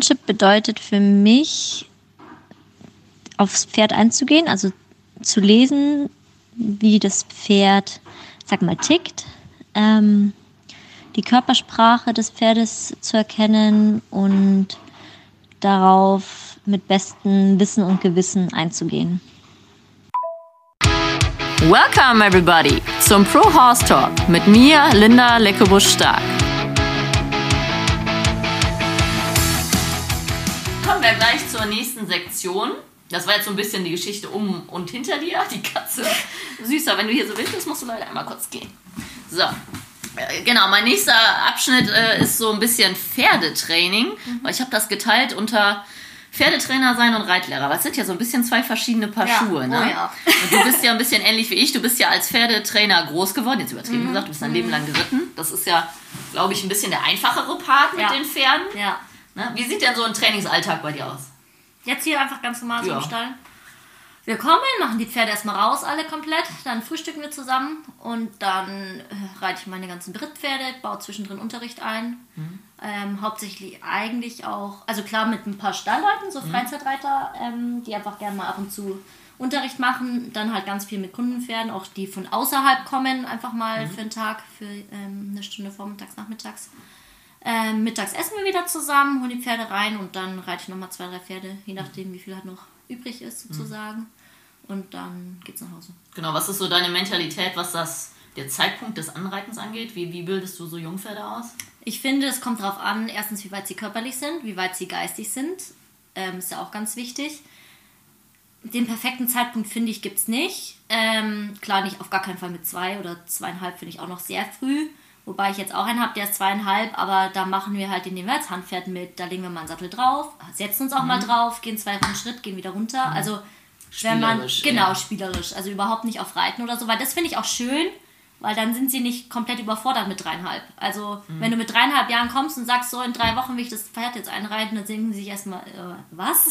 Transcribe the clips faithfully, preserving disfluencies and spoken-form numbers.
Horsemanship bedeutet für mich, aufs Pferd einzugehen, also zu lesen, wie das Pferd, sag mal, tickt, ähm, die Körpersprache des Pferdes zu erkennen und darauf mit bestem Wissen und Gewissen einzugehen. Welcome everybody zum Pro Horse Talk mit mir, Linda Leckebusch-Stark. Kommen wir gleich zur nächsten Sektion. Das war jetzt so ein bisschen die Geschichte um und hinter dir, die Katze. Süßer, wenn du hier so willst, musst du leider einmal kurz gehen. So, genau, mein nächster Abschnitt äh, ist so ein bisschen Pferdetraining, mhm. weil ich habe das geteilt unter Pferdetrainer sein und Reitlehrer. Das sind ja so ein bisschen zwei verschiedene Paar ja. Schuhe. Ne? Oh ja. Und du bist ja ein bisschen ähnlich wie ich. Du bist ja als Pferdetrainer groß geworden. Jetzt übertrieben mhm. gesagt, du bist dein Leben lang geritten. Das ist ja, glaube ich, ein bisschen der einfachere Part mit ja. den Pferden. Ja. Ne? Wie sieht denn so ein Trainingsalltag bei dir aus? Jetzt hier einfach ganz normal so ja. im Stall. Wir kommen, machen die Pferde erstmal raus, alle komplett. Dann frühstücken wir zusammen und dann äh, reite ich meine ganzen Brittpferde, baue zwischendrin Unterricht ein. Mhm. Ähm, hauptsächlich eigentlich auch, also klar mit ein paar Stallleuten, so Freizeitreiter, ähm, die einfach gerne mal ab und zu Unterricht machen. Dann halt ganz viel mit Kundenpferden, auch die von außerhalb kommen, einfach mal mhm. für einen Tag, für ähm, eine Stunde vormittags, nachmittags. Ähm, mittags essen wir wieder zusammen, holen die Pferde rein und dann reite ich nochmal zwei, drei Pferde, je nachdem wie viel halt noch übrig ist sozusagen. Mhm. Und dann geht's nach Hause. Genau, was ist so deine Mentalität, was das der Zeitpunkt des Anreitens angeht? Wie, wie bildest du so Jungpferde aus? Ich finde, es kommt darauf an, erstens, wie weit sie körperlich sind, wie weit sie geistig sind. Ähm, ist ja auch ganz wichtig. Den perfekten Zeitpunkt, finde ich, gibt es nicht. Ähm, klar, nicht auf gar keinen Fall mit zwei oder zweieinhalb, finde ich auch noch sehr früh. Wobei ich jetzt auch einen habe, der ist zweieinhalb, aber da machen wir halt, indem wir als Handpferd mit, da legen wir mal einen Sattel drauf, setzen uns auch mhm. mal drauf, gehen zwei Runden Schritt, gehen wieder runter. Mhm. Also wenn man, genau, ja. spielerisch, also überhaupt nicht auf Reiten oder so, weil das finde ich auch schön, weil dann sind sie nicht komplett überfordert mit dreieinhalb. Also mhm. wenn du mit dreieinhalb Jahren kommst und sagst, so in drei Wochen will ich das Pferd jetzt einreiten, dann denken sie sich erstmal, äh, was?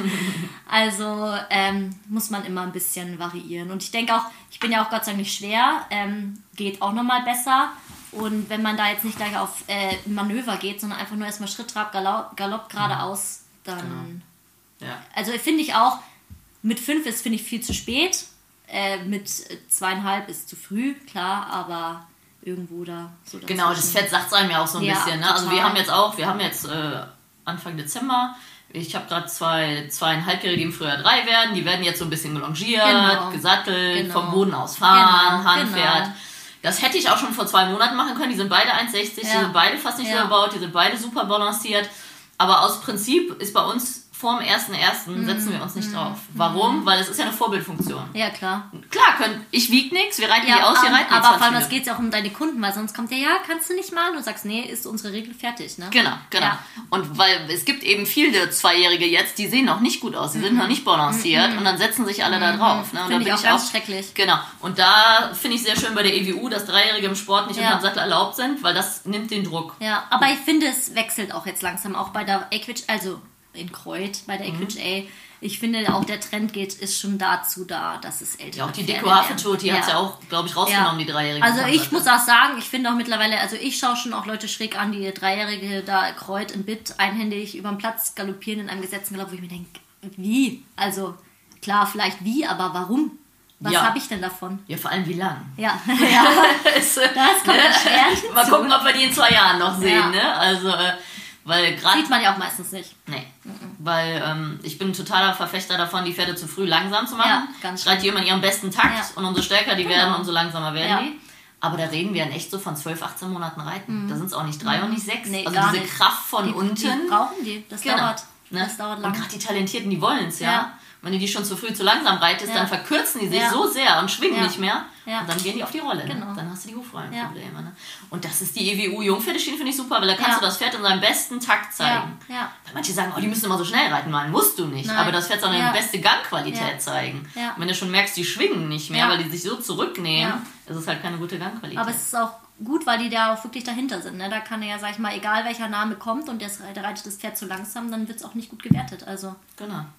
Also ähm, muss man immer ein bisschen variieren. Und ich denke auch, ich bin ja auch Gott sei Dank nicht schwer, ähm, geht auch nochmal besser. Und wenn man da jetzt nicht gleich auf äh, Manöver geht, sondern einfach nur erstmal Schritt, Trab, Galopp, Galopp geradeaus, dann... Genau. Ja. Also finde ich auch, mit fünf ist, finde ich, viel zu spät. Äh, mit zweieinhalb ist zu früh, klar, aber irgendwo da so dazwischen. Genau, das Pferd sagt es einem ja auch so ein ja, bisschen. Ne? Also wir haben jetzt auch, wir haben jetzt äh, Anfang Dezember, ich habe gerade zwei zweieinhalbjährige, die im Frühjahr drei werden, die werden jetzt so ein bisschen gelongiert, genau. gesattelt, genau. vom Boden aus fahren, genau. Handpferd. Genau. Das hätte ich auch schon vor zwei Monaten machen können. Die sind beide eins sechzig, ja. die sind beide fast nicht ja. überbaut, die sind beide super balanciert. Aber aus Prinzip ist bei uns vorm ersten ersten setzen wir uns nicht drauf. Warum? Weil es ist ja eine Vorbildfunktion. Ja, klar. Klar, können, ich wiege nichts, wir reiten ja, die aus, wir um, reiten aber vor allem, es geht ja auch um deine Kunden, weil sonst kommt der, ja, kannst du nicht mal? Und du sagst, nee, ist unsere Regel fertig, ne? Genau, genau. Ja. Und weil es gibt eben viele Zweijährige jetzt, die sehen noch nicht gut aus, die sind mhm. noch nicht balanciert mhm. und dann setzen sich alle mhm. da drauf. Ne? Finde ich auch ganz auch, schrecklich. Genau. Und da finde ich sehr schön bei der E W U, dass Dreijährige im Sport nicht ja. unter dem Sattel erlaubt sind, weil das nimmt den Druck. Ja, aber ich finde, es wechselt auch jetzt langsam, auch bei der Equidge, also in Kreuth, bei der Equidge mhm. A. Ich finde auch, der Trend geht, ist schon dazu da, dass es älter ist. Ja, auch die Deko Hafetour, die ja. hat es ja auch, glaube ich, rausgenommen, ja. die Dreijährige. Also ich muss auch sagen, ich finde auch mittlerweile, also ich schaue schon auch Leute schräg an, die Dreijährige da Kreuth im Bit einhändig über den Platz galoppieren in einem gesetzten Galopp, wo ich mir denke, wie? Also klar, vielleicht wie, aber warum? Was ja. habe ich denn davon? Ja, vor allem wie lang. Ja, ja. das kommt schwer. Mal gucken, ob wir die in zwei Jahren noch sehen, ja. ne? Also... Äh, Weil grad, sieht man ja auch meistens nicht. Nee, mhm. weil ähm, ich bin ein totaler Verfechter davon, die Pferde zu früh langsam zu machen. Ja, ganz schön. Schreit die immer in ihrem besten Takt ja. und umso stärker die genau. werden, umso langsamer werden ja. die. Aber da reden wir dann echt so von zwölf, achtzehn Monaten Reiten. Mhm. Da sind es auch nicht drei mhm. und nicht sechs. Nee, also diese nicht. Kraft von die, unten. Die brauchen die, das genau. dauert. Ne? Das dauert lang. Und gerade die Talentierten, die wollen es ja. ja. Wenn du die schon zu früh zu langsam reitest, ja. dann verkürzen die sich ja. so sehr und schwingen ja. nicht mehr. Ja. Und dann gehen die auf die Rolle. Genau. Ne? Dann hast du die Hufrollenprobleme. Ja. Ne? Und das ist die E W U Jungpferdeschiene, finde ich super, weil da kannst ja. du das Pferd in seinem besten Takt zeigen. Ja. Ja. Weil manche sagen, oh, die müssen immer so schnell reiten. Nein, musst du nicht. Nein. Aber das Pferd soll eine ja. beste Gangqualität ja. zeigen. Ja. Und wenn du schon merkst, die schwingen nicht mehr, ja. weil die sich so zurücknehmen, ja. ist es halt keine gute Gangqualität. Aber es ist auch gut, weil die da auch wirklich dahinter sind. Ne? Da kann er ja, sag ich mal, egal welcher Name kommt und der, der reitet das Pferd zu langsam, dann wird es auch nicht gut gewertet. Also. Genau.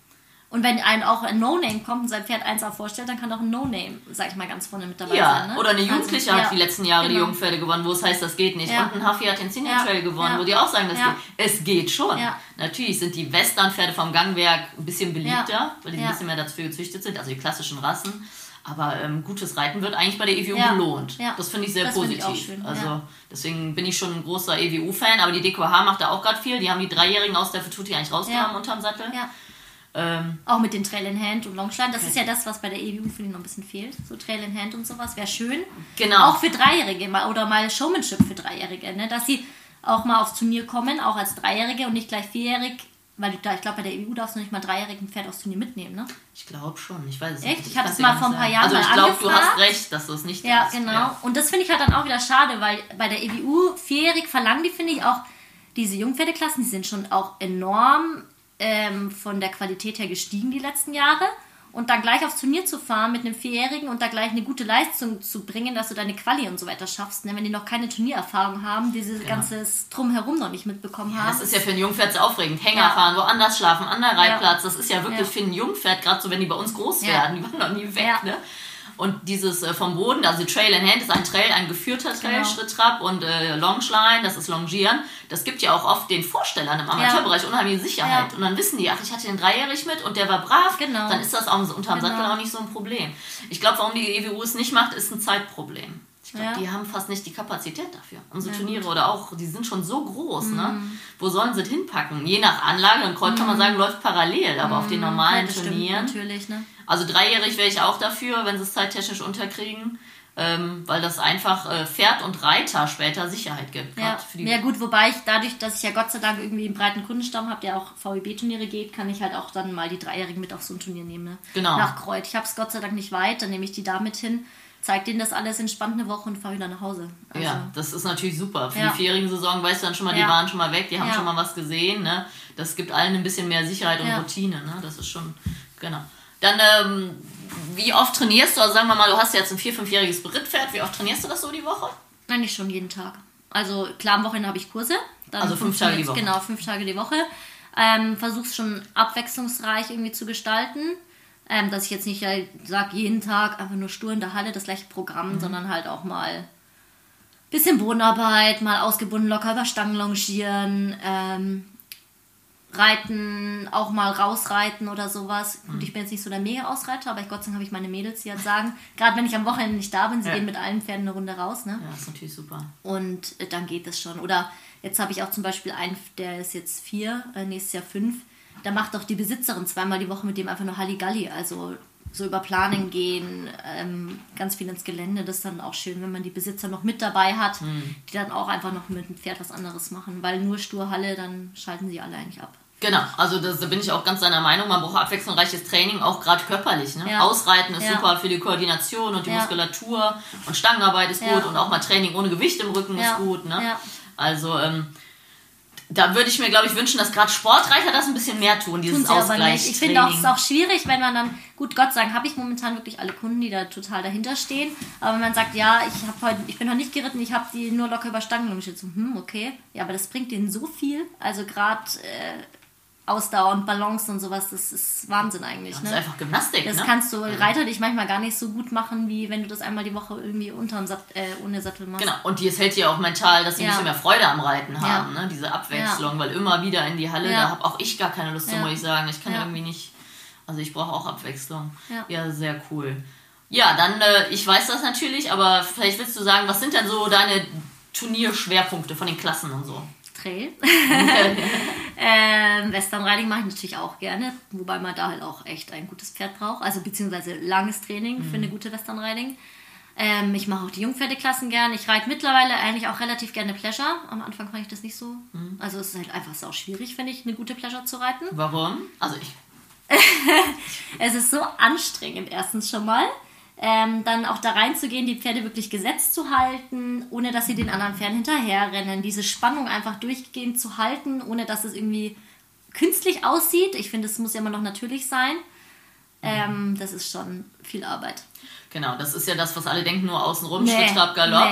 Und wenn ein auch ein No-Name kommt und sein Pferd eins auch vorstellt, dann kann auch ein No-Name, sag ich mal, ganz vorne mit dabei ja, sein. Ne? Oder eine Jugendliche also, hat ja, die letzten Jahre genau. die Jungpferde gewonnen, wo es heißt, das geht nicht. Ja. Und ein Huffy hat den Senior Ja. Trail gewonnen, Ja. wo die auch sagen, das Ja. geht. Es geht schon. Ja. Natürlich sind die Western-Pferde vom Gangwerk ein bisschen beliebter, Ja. weil die Ja. ein bisschen mehr dafür gezüchtet sind, also die klassischen Rassen. Aber ähm, gutes Reiten wird eigentlich bei der E W U Ja. belohnt. Ja. Das finde ich sehr Das find positiv. ich auch schön. Also Ja. deswegen bin ich schon ein großer E W U-Fan, aber die D Q H macht da auch gerade viel. Die haben die Dreijährigen aus der Fututi eigentlich rausgenommen Ja. unterm Sattel. Ja. Ähm, Auch mit den Trail in Hand und Longline. Das Okay. ist ja das, was bei der E W U finde ich noch ein bisschen fehlt. So Trail in Hand und sowas wäre schön. genau. Auch für Dreijährige mal oder mal Showmanship für Dreijährige. Ne? Dass sie auch mal aufs Turnier kommen, auch als Dreijährige und nicht gleich vierjährig. Weil du da, ich glaube, bei der E W U darfst du nicht mal dreijährigen Pferd aufs Turnier mitnehmen, ne? Ich glaube schon, ich weiß es Echt? nicht. Ich hatte kann's es dir mal gar vor ein nicht paar sagen. Jahren Also ich mal glaube, du angefragt. hast recht, dass du es nicht Ja, darfst. genau. Ja. Und das finde ich halt dann auch wieder schade, weil bei der E W U vierjährig verlangen die, finde ich, auch diese Jungpferdeklassen, die sind schon auch enorm ähm, von der Qualität her gestiegen die letzten Jahre. Und dann gleich aufs Turnier zu fahren mit einem Vierjährigen und da gleich eine gute Leistung zu bringen, dass du deine Quali und so weiter schaffst, ne? Wenn die noch keine Turniererfahrung haben, dieses Genau. ganze Drumherum noch nicht mitbekommen haben. Das ist ja für ein Jungpferd sehr aufregend. Hänger Ja. fahren, woanders schlafen, an der Reitplatz. Das ist ja wirklich Ja. für ein Jungpferd, gerade so, wenn die bei uns groß Ja. werden, die waren noch nie weg. Ja. Ne? Und dieses äh, vom Boden, also Trail in Hand ist ein Trail, ein geführter Trail, Genau. Schritt-Trab und äh, Longline, das ist Longieren. Das gibt ja auch oft den Vorstellern im Amateurbereich unheimliche Sicherheit. Ja. Und dann wissen die, ach, ich hatte den dreijährig mit und der war brav, Genau. dann ist das auch unterm Genau. Sattel auch nicht so ein Problem. Ich glaube, warum die E W U es nicht macht, ist ein Zeitproblem. Ich glaube, Ja. die haben fast nicht die Kapazität dafür. Unsere Ja, Turniere gut. oder auch, die sind schon so groß, ne? Wo sollen sie es hinpacken? Je nach Anlage, ein Kreuz kann man sagen, läuft parallel, aber auf den normalen Ja, das stimmt, Turnieren. natürlich, ne? Also dreijährig wäre ich auch dafür, wenn sie es zeittechnisch unterkriegen, ähm, weil das einfach äh, Pferd und Reiter später Sicherheit gibt. Ja. grad Für die ja gut, wobei ich dadurch, dass ich ja Gott sei Dank irgendwie einen breiten Kundenstamm habe, der auch V E B-Turniere geht, kann ich halt auch dann mal die Dreijährigen mit auf so ein Turnier nehmen. Ne? Genau. Nach Kreuth. Ich habe es Gott sei Dank nicht weit, dann nehme ich die da mit hin, zeige denen das alles entspannt eine Woche und fahre wieder nach Hause. Also, Ja, das ist natürlich super. Für Ja. die vierjährigen Saison weißt du dann schon mal, die Ja. waren schon mal weg, die haben Ja. schon mal was gesehen. Ne? Das gibt allen ein bisschen mehr Sicherheit und Ja. Routine. Ne? Das ist schon, genau. Dann, ähm, wie oft trainierst du? Also sagen wir mal, du hast jetzt ein vier-, fünfjähriges Berittpferd. Wie oft trainierst du das so die Woche? Nein, nicht schon jeden Tag. Also klar, am Wochenende habe ich Kurse. Dann Also fünf Tage die funktioniert's- Woche. Genau, fünf Tage die Woche. Ähm, Versuch's schon abwechslungsreich irgendwie zu gestalten. Ähm, dass ich jetzt nicht halt sage, jeden Tag einfach nur stur in der Halle das gleiche Programm, Mhm. sondern halt auch mal bisschen Bodenarbeit, mal ausgebunden locker über Stangen longieren, ähm, Reiten, auch mal rausreiten oder sowas. Gut, ich bin jetzt nicht so der Mega-Ausreiter, aber ich, Gott sei Dank habe ich meine Mädels, die halt sagen, gerade wenn ich am Wochenende nicht da bin, sie Ja. gehen mit allen Pferden eine Runde raus, ne? Ja, das ist natürlich super. Und äh, dann geht es schon. Oder jetzt habe ich auch zum Beispiel einen, der ist jetzt vier, äh, nächstes Jahr fünf. Da macht auch die Besitzerin zweimal die Woche mit dem einfach nur Halligalli. Also so über Planning gehen, ähm, ganz viel ins Gelände. Das ist dann auch schön, wenn man die Besitzer noch mit dabei hat, die dann auch einfach noch mit dem Pferd was anderes machen. Weil nur stur Halle, dann schalten sie alle eigentlich ab. Genau, also das, da bin ich auch ganz deiner Meinung. Man braucht abwechslungsreiches Training, auch gerade körperlich. Ne? Ja. Ausreiten ist Ja. super für die Koordination und die Ja. Muskulatur. Und Stangenarbeit ist Ja. gut und auch mal Training ohne Gewicht im Rücken Ja. ist gut. Ne? Ja. Also ähm, da würde ich mir, glaube ich, wünschen, dass gerade Sportreiter das ein bisschen mehr tun, dieses Tun sie aber nicht. Ausgleichstraining. Ich finde auch, es ist auch schwierig, wenn man dann, gut, Gott sei Dank habe ich momentan wirklich alle Kunden, die da total dahinter stehen, aber wenn man sagt, ja, ich, hab heute, ich bin heute nicht geritten, ich habe die nur locker über Stangen und ich so, hm, okay, ja, aber das bringt denen so viel, also gerade äh, Ausdauer und Balance und sowas, das ist Wahnsinn eigentlich. Das Ne? ist einfach Gymnastik. Das ne? kannst du Reiter dich manchmal gar nicht so gut machen, wie wenn du das einmal die Woche irgendwie unterm Sat äh, ohne Sattel machst. Genau, und es hält ja auch mental, dass sie ein Ja. bisschen mehr Freude am Reiten haben, Ja. ne? Diese Abwechslung, weil immer wieder in die Halle, Ja. da habe auch ich gar keine Lust zu, Ja. muss ich sagen. Ich kann Ja. irgendwie nicht, also ich brauche auch Abwechslung. Ja. Ja, sehr cool. Ja, dann, äh, ich weiß das natürlich, aber vielleicht willst du sagen, was sind denn so deine Turnierschwerpunkte von den Klassen und so? Trail. ähm, Western Riding mache ich natürlich auch gerne, wobei man da halt auch echt ein gutes Pferd braucht, also beziehungsweise langes Training für eine gute Western Riding. Ähm, ich mache auch die Jungpferdeklassen gerne. Ich reite mittlerweile eigentlich auch relativ gerne Pleasure. Am Anfang fand ich das nicht so. Also es ist halt einfach sau schwierig, finde ich, eine gute Pleasure zu reiten. Warum? Also ich, Es ist so anstrengend, erstens schon mal. Ähm, dann auch da reinzugehen, die Pferde wirklich gesetzt zu halten, ohne dass sie den anderen Pferden hinterherrennen. Diese Spannung einfach durchgehend zu halten, ohne dass es irgendwie künstlich aussieht. Ich finde, es muss ja immer noch natürlich sein. Ähm, das ist schon viel Arbeit. genau, das ist ja das, was alle denken, nur außenrum, Nee, Schritt, Trab, Galopp. nee.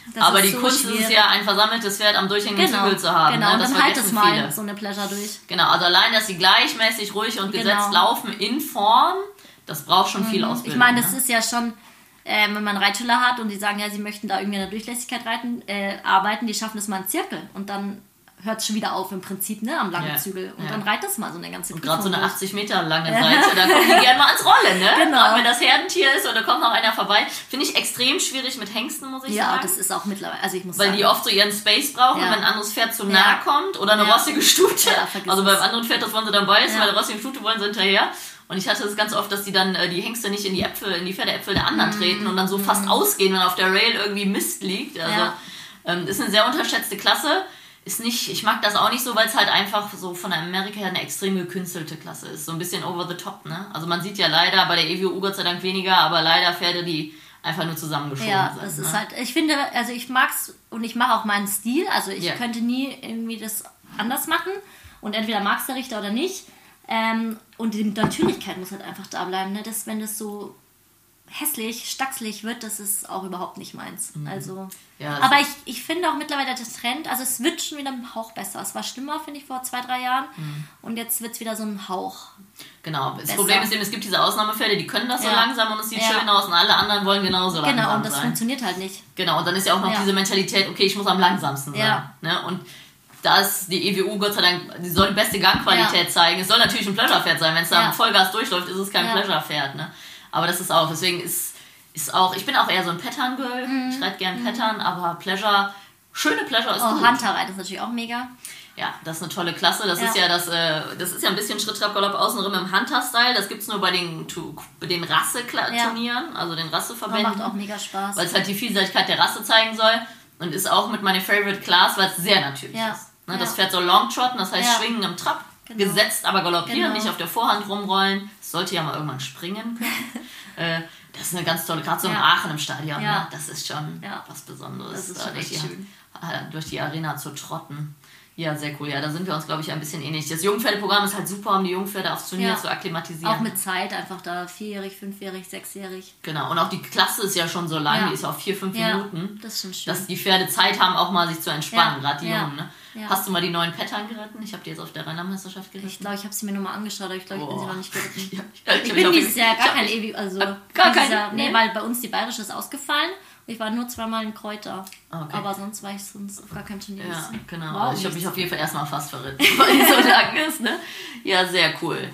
Das Aber ist die so Kunst schwierig. ist es ja, ein versammeltes Pferd am durchhängigen Genau, Zügel zu haben. genau. Ne? Und Das dann halt vergessen es mal viele. so eine Pleasure durch. Genau, also allein, dass sie gleichmäßig, ruhig und Genau. gesetzt laufen in Form, das braucht schon viel Ausbildung. Ich meine, das ne? ist ja schon, äh, wenn man Reitschüler hat und die sagen, ja, sie möchten da irgendwie in der Durchlässigkeit reiten, äh, arbeiten, die schaffen das mal in Zirkel. Und dann hört es schon wieder auf im Prinzip, ne, am langen Ja, Zügel. Und ja. dann reitet es mal so eine ganze Und Prüfung gerade so eine durch. achtzig Meter lange Seite, da kommen die gerne mal ans Rollen, ne? Genau. Gerade wenn das Herdentier ist oder kommt noch einer vorbei. Finde ich extrem schwierig mit Hengsten, muss ich Ja, sagen. das ist auch mittlerweile, also ich muss Weil sagen. die oft so ihren Space brauchen, Ja. wenn ein anderes Pferd zu Ja. nahe kommt oder eine Ja. rossige Stute. Ja, vergiss also es. beim anderen Pferd, das wollen sie dann beißen, Ja. bei der rossigen Stute wollen sie hinterher. Und ich hatte es ganz oft, dass die dann äh, die Hengste nicht in die Äpfel, in die Pferdeäpfel der anderen treten und dann so fast ausgehen, wenn auf der Rail irgendwie Mist liegt. Also Ja. ähm, ist eine sehr unterschätzte Klasse. Ist nicht, ich mag das auch nicht so, weil es halt einfach so von Amerika her eine extrem gekünstelte Klasse ist. So ein bisschen over the top, ne? Also man sieht ja leider bei der E W U Gott sei Dank weniger, aber leider Pferde, die einfach nur zusammengeschoben Ja, sind. das ne? ist halt, ich finde, also ich mag's und ich mache auch meinen Stil, also ich Ja. könnte nie irgendwie das anders machen und entweder mag's der Richter oder nicht. Ähm, und die Natürlichkeit muss halt einfach da bleiben, ne? Das, wenn das so hässlich, stachselig wird, das ist auch überhaupt nicht meins. Also, Ja, aber ich, ich finde auch mittlerweile der Trend, also es wird schon wieder ein Hauch besser. Es war schlimmer, finde ich, vor zwei, drei Jahren und jetzt wird es wieder so ein Hauch. Genau, das Besser. Problem ist eben, es gibt diese Ausnahmepferde, die können das so Ja. langsam und es sieht Ja. schön aus und alle anderen wollen genauso langsam Genau, und das sein. funktioniert halt nicht. Genau, und dann ist ja auch noch Ja. diese Mentalität, okay, ich muss am langsamsten sein. Ja. Ne? Und da ist die E W U, Gott sei Dank, die soll die beste Gangqualität Ja. zeigen. Es soll natürlich ein Pleasure-Pferd sein. Wenn es da Ja. Vollgas durchläuft, ist es kein Ja. Pleasure-Pferd. Ne? Aber das ist auch, deswegen ist, ist auch, ich bin auch eher so ein Pattern-Girl. Mhm. Ich reite gern Pattern, aber Pleasure, schöne Pleasure ist Oh, gut. Hunter-Reiten ist natürlich auch mega. Ja, das ist eine tolle Klasse. Das Ja. ist ja das, äh, das ist ja ein bisschen Schritt, Trab, Galopp außenrum im Hunter-Style. Das gibt es nur bei den, Tu- bei den Rasse-Turnieren, also den Aber Rasseverbänden. macht auch mega Spaß. Weil es halt die Vielseitigkeit der Rasse zeigen soll und ist auch mit meiner Favorite Class, weil es sehr natürlich Ja. ist. Ne, Ja. Das Pferd soll Longtrotten, das heißt Ja. schwingen im Trab, Genau. gesetzt, aber galoppieren, Genau. nicht auf der Vorhand rumrollen. Es sollte ja mal irgendwann springen können. äh, das ist eine ganz tolle, gerade so in Ja. Aachen im Stadion, Ja. ne? Das ist schon Ja. was Besonderes, Das ist da schon durch, echt die, schön. äh, durch die Arena zu trotten. Ja, sehr cool. Ja, da sind wir uns, glaube ich, ein bisschen ähnlich. Das Jungpferdeprogramm ist halt super, um die Jungpferde aufs Turnier Ja. zu akklimatisieren. Auch mit Zeit, einfach da vierjährig, fünfjährig, sechsjährig. Genau, und auch die Klasse ist ja schon so lang, Ja. die ist auf vier, fünf Ja, Minuten. das ist schon schön. Dass die Pferde Zeit haben, auch mal sich zu entspannen, Ja, gerade die ja, Jungen. Ne? ja. Hast du mal die neuen Pattern geritten? Ich habe die jetzt auf der Rheinland-Meisterschaft geritten. Ich glaube, ich habe sie mir nur mal angeschaut, aber ich glaube, ich bin sie Boah. noch nicht geritten. Ja, Ich glaub, bin hab dieses die- Jahr ich gar hab kein die- Ewi, also Gar dieses kein- Jahr, nee, nee. weil bei uns die Bayerische ist ausgefallen. Ich war nur zweimal in Kräuter. Okay. Aber sonst war ich sonst auf gar keinem Turnier. Ja, genau. Wow, also ich habe mich nichts. auf jeden Fall erstmal fast verritten, weil die so lang ist. Ne? Ja, sehr cool.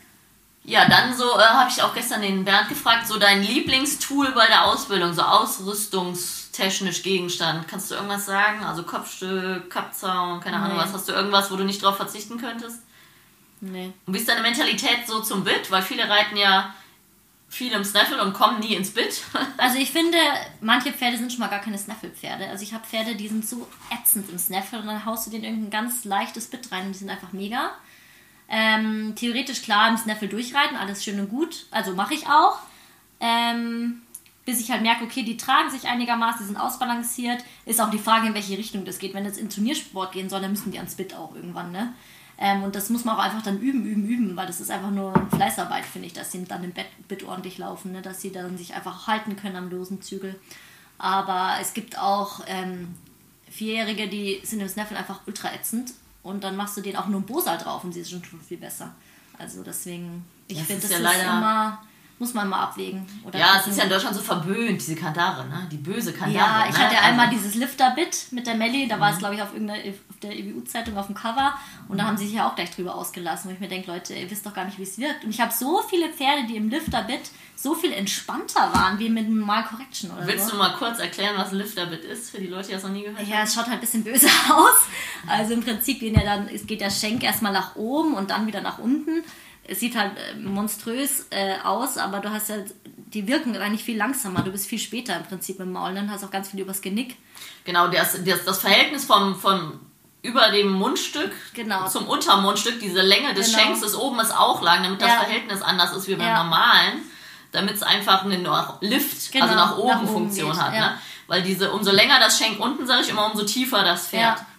Ja, dann so äh, habe ich auch gestern den Bernd gefragt, so dein Lieblingstool bei der Ausbildung, so ausrüstungstechnisch Gegenstand. Kannst du irgendwas sagen? Also Kopfstück, Kappzaun, keine Ahnung Nee. was. Hast du irgendwas, wo du nicht drauf verzichten könntest? Nee. Und wie ist deine Mentalität so zum Bit? Weil viele reiten ja viel im Snaffle und kommen nie ins Bit. Also ich finde, manche Pferde sind schon mal gar keine Snaffle-Pferde. Also ich habe Pferde, die sind so ätzend im Snaffle und dann haust du denen irgendein ganz leichtes Bit rein und die sind einfach mega. Ähm, theoretisch klar im Snaffle durchreiten, alles schön und gut. Also mache ich auch. Ähm, bis ich halt merke, okay, die tragen sich einigermaßen, die sind ausbalanciert. Ist auch die Frage, in welche Richtung das geht. Wenn es in Turniersport gehen soll, dann müssen die ans Bit auch irgendwann, ne? Ähm, und das muss man auch einfach dann üben, üben, üben, weil das ist einfach nur Fleißarbeit, finde ich, dass sie dann im Bett, Bit ordentlich laufen, ne? Dass sie dann sich einfach halten können am losen Zügel. Aber es gibt auch ähm, Vierjährige, die sind im Snaffle einfach ultra ätzend und dann machst du denen auch nur einen Bosal drauf und sie sind schon viel besser. Also deswegen, ich Das finde, ist das ja ist leider- immer, muss man mal abwägen. Oder Ja, es gucken. ist ja in Deutschland so verwöhnt, diese Kandare, ne? Die böse Kandare. Ja, ich ne? hatte einmal Also- dieses Lifter-Bit mit der Melli, da war Mhm. es, glaube ich, auf, irgendeiner, auf der E W U-Zeitung auf dem Cover und da haben sie sich ja auch gleich drüber ausgelassen, wo ich mir denke, Leute, ihr wisst doch gar nicht, wie es wirkt. Und ich habe so viele Pferde, die im Lifter-Bit so viel entspannter waren, wie mit einem Normal Correction oder Willst so. du mal kurz erklären, was ein Lifter-Bit ist, für die Leute, die das noch nie gehört haben? Ja, es schaut halt ein bisschen böse aus. Also im Prinzip gehen ja dann, es geht der Schenk erstmal nach oben und dann wieder nach unten. Es sieht halt äh, monströs äh, aus, aber du hast ja, die wirken eigentlich viel langsamer. Du bist viel später im Prinzip im Maul, dann hast auch ganz viel übers Genick. Genau, das, das, das Verhältnis vom, vom über dem Mundstück Genau. zum Untermundstück, diese Länge des Genau. Schenks ist oben ist auch lang, damit das Ja. Verhältnis anders ist wie beim Ja. normalen, damit es einfach eine nach- Lift, Genau, also nach oben nach oben Funktion geht, hat. ja. Ne? Weil diese, umso länger das Schenk unten, sage ich immer, umso tiefer das Pferd. Ja. Und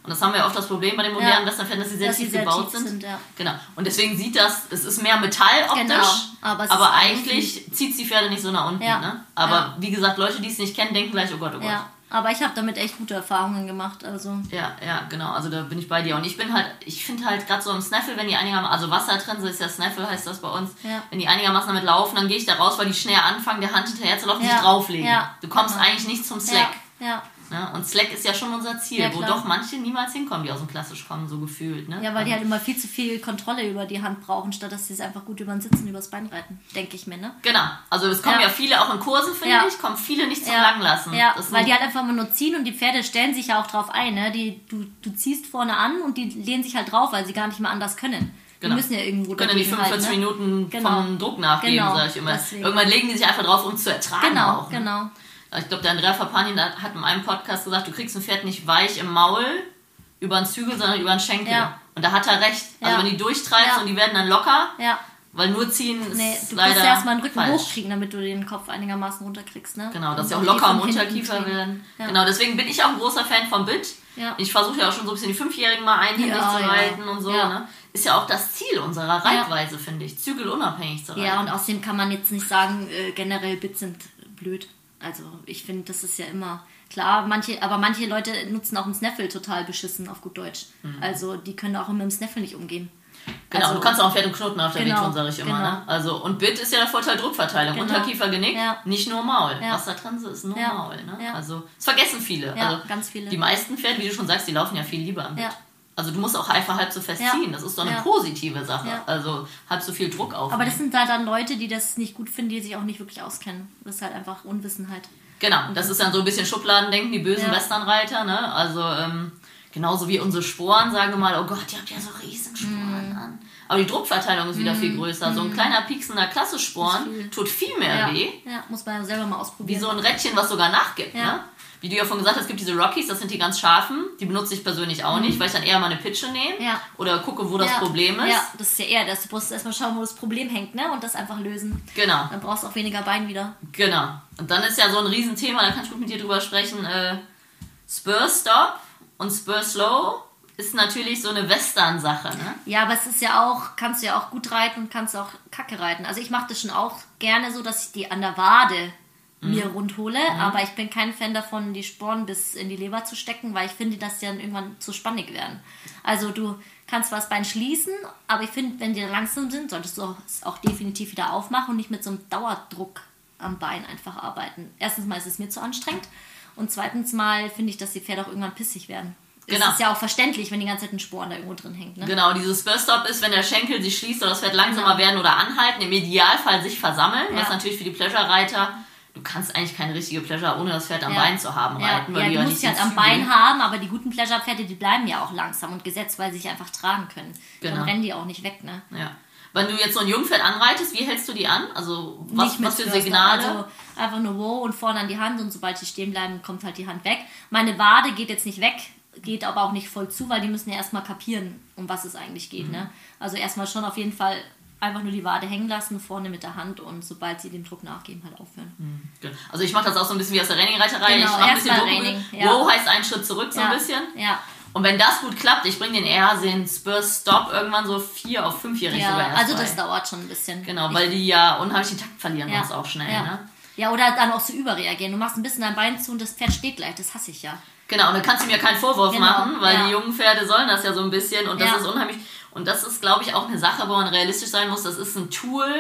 Und das haben wir oft das Problem bei den modernen ja. Westernpferden, dass sie sehr dass tief sie sehr gebaut tief sind. sind ja. Genau. Und deswegen sieht das, es ist mehr Metall optisch, genau. aber, es aber ist eigentlich zieht die Pferde nicht so nach unten. Ja. Ne? Aber ja. wie gesagt, Leute, die es nicht kennen, denken gleich, oh Gott, oh Gott. Ja. Aber ich habe damit echt gute Erfahrungen gemacht. Also. Ja, ja, genau. Also da bin ich bei dir. Und ich bin halt, ich finde halt gerade so im Snaffle, wenn die einigermaßen, also Wassertrense ist ja Snaffle, heißt das bei uns, ja. wenn die einigermaßen damit laufen, dann gehe ich da raus, weil die schnell anfangen, der Hand hinterher zu laufen, ja. sich drauflegen. Ja. Du kommst genau. eigentlich nicht zum Slack. Ja. ja. Ja, und Slack ist ja schon unser Ziel, Ja, wo doch manche niemals hinkommen, die aus dem Klassisch kommen, so gefühlt. Ne? Ja, weil die halt immer viel zu viel Kontrolle über die Hand brauchen, statt dass sie es einfach gut über den Sitzen, übers Bein reiten, denke ich mir, ne? Genau, also es kommen ja, ja viele auch in Kursen, finde ja. ich, kommen viele nicht zum ja. Langlassen. Ja, das weil die halt einfach immer nur ziehen und die Pferde stellen sich ja auch drauf ein, ne? Die, du, du ziehst vorne an und die lehnen sich halt drauf, weil sie gar nicht mehr anders können. Genau. Die müssen ja irgendwo können die fünfundvierzig halt, ne? Minuten genau. vom Druck nachgeben, genau. sage ich immer. Deswegen. Irgendwann legen die sich einfach drauf, um zu ertragen Genau, auch. Ne? genau. Ich glaube, der Andrea Fapanin hat in einem Podcast gesagt, du kriegst ein Pferd nicht weich im Maul über den Zügel, sondern über den Schenkel. Ja. Und da hat er recht. Also ja. wenn die durchtreibst ja. und die werden dann locker, ja. weil nur ziehen ist nee, du leider musst ja erstmal den Rücken falsch. hochkriegen, damit du den Kopf einigermaßen runterkriegst. Ne? Genau, dass und sie auch die locker am von hinten Unterkiefer kriegen. werden. Ja. Genau, deswegen bin ich auch ein großer Fan vom Bit. Ja. Ich versuche ja auch schon so ein bisschen die Fünfjährigen mal einhändig ja, zu reiten ja. und so. Ja. Ne? Ist ja auch das Ziel unserer Reitweise, ja. finde ich. Zügelunabhängig zu reiten. Ja, und außerdem kann man jetzt nicht sagen, äh, generell Bits sind blöd. Also ich finde, das ist ja immer klar, manche, aber manche Leute nutzen auch einen Snaffle total beschissen, auf gut Deutsch. Mhm. Also die können auch mit dem Snaffle nicht umgehen. Genau, also, du kannst auch ein Pferd im Knoten auf der genau, Weg tun, sage ich immer. genau. Ne? Also, und Bit ist ja der Vorteil Druckverteilung. Genau. Unterkiefer, Genick, ja. nicht nur Maul. Ja. Wassertranse ist nur ja. Maul. Ne? Ja. Also, das vergessen viele. Ja, also, ganz viele. Die meisten Pferde, wie du schon sagst, die laufen ja viel lieber am Bit. Ja. Also du musst auch einfach halb so festziehen. Ja. Das ist doch eine ja. positive Sache. Ja. Also halb so viel Druck aufnehmen. Aber das sind halt dann Leute, die das nicht gut finden, die sich auch nicht wirklich auskennen. Das ist halt einfach Unwissenheit. Genau, das ist dann so ein bisschen Schubladendenken, die bösen ja. Westernreiter. Ne? Also ähm, genauso wie unsere Sporen, sagen wir mal, oh Gott, ihr habt ja so riesen Sporen mm. an. Aber die Druckverteilung ist wieder mm. viel größer. Mm. So ein kleiner pieksender Klassesporn viel. tut viel mehr ja. weh. Ja, muss man ja selber mal ausprobieren. Wie so ein Rädchen, was sogar nachgibt. Ja. Ne? Wie du ja vorhin gesagt hast, es gibt diese Rockies, das sind die ganz scharfen. Die benutze ich persönlich auch mhm. nicht, weil ich dann eher mal eine Pitsche nehme ja. oder gucke, wo das ja. Problem ist. Ja, das ist ja eher das. Du musst erstmal schauen, wo das Problem hängt, ne? Und das einfach lösen. Genau. Dann brauchst du auch weniger Bein wieder. Genau. Und dann ist ja so ein Riesenthema, da kann ich gut mit dir drüber sprechen, äh, Spur Stop und Spur Slow ist natürlich so eine Western-Sache, ne? Ja, aber es ist ja auch, kannst du ja auch gut reiten und kannst auch kacke reiten. Also ich mache das schon auch gerne so, dass ich die an der Wade mir mhm. rund hole, mhm. aber ich bin kein Fan davon, die Sporen bis in die Leber zu stecken, weil ich finde, dass die dann irgendwann zu spannig werden. Also du kannst zwar das Bein schließen, aber ich finde, wenn die langsam sind, solltest du es auch definitiv wieder aufmachen und nicht mit so einem Dauerdruck am Bein einfach arbeiten. Erstens mal ist es mir zu anstrengend und zweitens mal finde ich, dass die Pferde auch irgendwann pissig werden. Genau. Das ist ja auch verständlich, wenn die ganze Zeit ein Sporen da irgendwo drin hängt. Ne? Genau, dieses Spur-Stop ist, wenn der Schenkel sich schließt oder das Pferd langsamer genau. werden oder anhalten, im Idealfall sich versammeln, ja. was natürlich für die Pleasure-Reiter, du kannst eigentlich keine richtige Pleasure ohne das Pferd am ja. Bein zu haben reiten. Ja, weil ja die du musst ja halt am Bein haben, aber die guten Pleasure-Pferde, die bleiben ja auch langsam und gesetzt, weil sie sich einfach tragen können. Genau. Dann rennen die auch nicht weg, ne? Ja. Wenn du jetzt so ein Jungpferd anreitest, wie hältst du die an? Also was, was für Signale? Also einfach nur wow und vorne an die Hand und sobald die stehen bleiben, kommt halt die Hand weg. Meine Wade geht jetzt nicht weg, geht aber auch nicht voll zu, weil die müssen ja erstmal kapieren, um was es eigentlich geht. Mhm. Ne? Also erstmal schon auf jeden Fall einfach nur die Wade hängen lassen, vorne mit der Hand und sobald sie dem Druck nachgeben, halt aufhören. Mhm. Also ich mache das auch so ein bisschen wie aus der Raining-Reiterei. Genau, ich mache ein bisschen Raining, ja. Wow heißt einen Schritt zurück so ja. ein bisschen. Ja. Und wenn das gut klappt, ich bringe den eher den Spur Stop irgendwann so vier auf fünfjährig ja, sogar erst also bei. Das dauert schon ein bisschen. Genau, weil die ja unheimlich den Takt verlieren ja. sonst auch schnell. Ja. Ne? ja, oder dann auch so überreagieren. Du machst ein bisschen dein Bein zu und das Pferd steht gleich. Das hasse ich ja. Genau, und dann kannst du mir keinen Vorwurf genau. machen, weil ja. die jungen Pferde sollen das ja so ein bisschen und das ja. ist unheimlich. Und das ist, glaube ich, auch eine Sache, wo man realistisch sein muss. Das ist ein Tool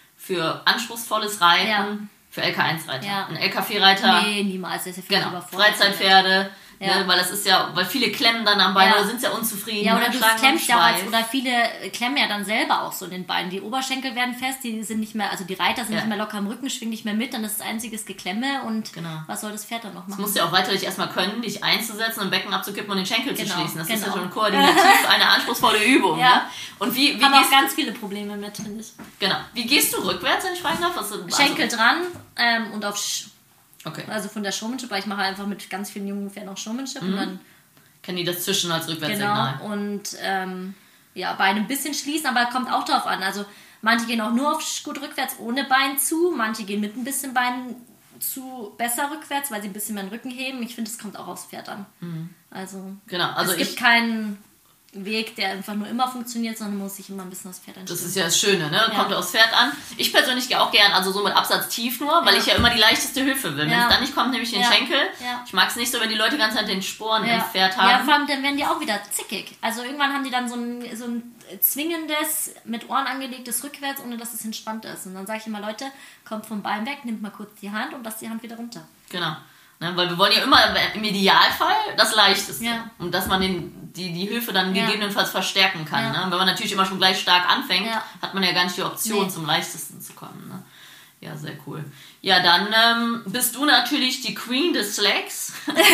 für anspruchsvolles Reiten, ja. für L K eins Reiter. Ja. Ein L K vier Reiter. Nee, niemals. Das ist ja genau, Freizeitpferde. Ja. Ne, weil das ist ja, weil viele klemmen dann am Bein ja. oder sind ja unzufrieden. Ja, oder ne, du klemmst ja auch, oder viele klemmen ja dann selber auch so in den Beinen. Die Oberschenkel werden fest, die sind nicht mehr, also die Reiter sind ja. nicht mehr locker am Rücken, schwingen nicht mehr mit, dann ist das einziges Geklemme und genau. was soll das Pferd dann noch machen? Das musst du ja auch weiterlich erstmal können, dich einzusetzen, im Becken abzukippen und den Schenkel genau. zu schließen. Das genau. ist ja schon koordinativ eine anspruchsvolle Übung. Ja. Ne? Und wie, wie haben auch ganz viele Probleme mit, finde ich. Genau. Wie gehst du rückwärts, wenn ich fragen darf? Was, Schenkel also, dran ähm, und auf Sch Okay. Also von der Showmanship, weil ich mache einfach mit ganz vielen jungen Pferden auch Showmanship. Mhm. Und dann kennen die das Zwischen als Rückwärtssignal. Genau, und ähm, ja, Beine ein bisschen schließen, aber kommt auch drauf an. Also manche gehen auch nur auf gut rückwärts ohne Bein zu, manche gehen mit ein bisschen Bein zu besser rückwärts, weil sie ein bisschen mehr den Rücken heben. Ich finde, es kommt auch aufs Pferd an. Mhm. Also, genau, also es gibt ich, keinen Weg, der einfach nur immer funktioniert, sondern muss sich immer ein bisschen aufs Pferd einstellen. Das ist ja das Schöne, ne? Ja. Kommt aufs Pferd an. Ich persönlich gehe auch gern, also so mit Absatz tief nur, weil ja. ich ja immer die leichteste Hilfe will. Wenn Ja. es dann nicht kommt, nehme ich den Ja. Schenkel. Ja. Ich mag es nicht so, wenn die Leute die ganze Zeit den Sporen Ja. im Pferd Ja, haben. vor allem, dann werden die auch wieder zickig. Also irgendwann haben die dann so ein, so ein zwingendes, mit Ohren angelegtes Rückwärts, ohne dass es entspannt ist. Und dann sage ich immer, Leute, kommt vom Bein weg, nimmt mal kurz die Hand und lasst die Hand wieder runter. Genau. Ne, weil wir wollen ja immer im Idealfall das Leichteste. Ja. Und dass man den, die, die Hilfe dann Ja. gegebenenfalls verstärken kann. Ja. Ne? Und wenn man natürlich immer schon gleich stark anfängt, Ja. hat man ja gar nicht die Option, Nee. zum Leichtesten zu kommen. Ne? Ja, sehr cool. Ja, dann ähm, bist du natürlich die Queen des Slacks.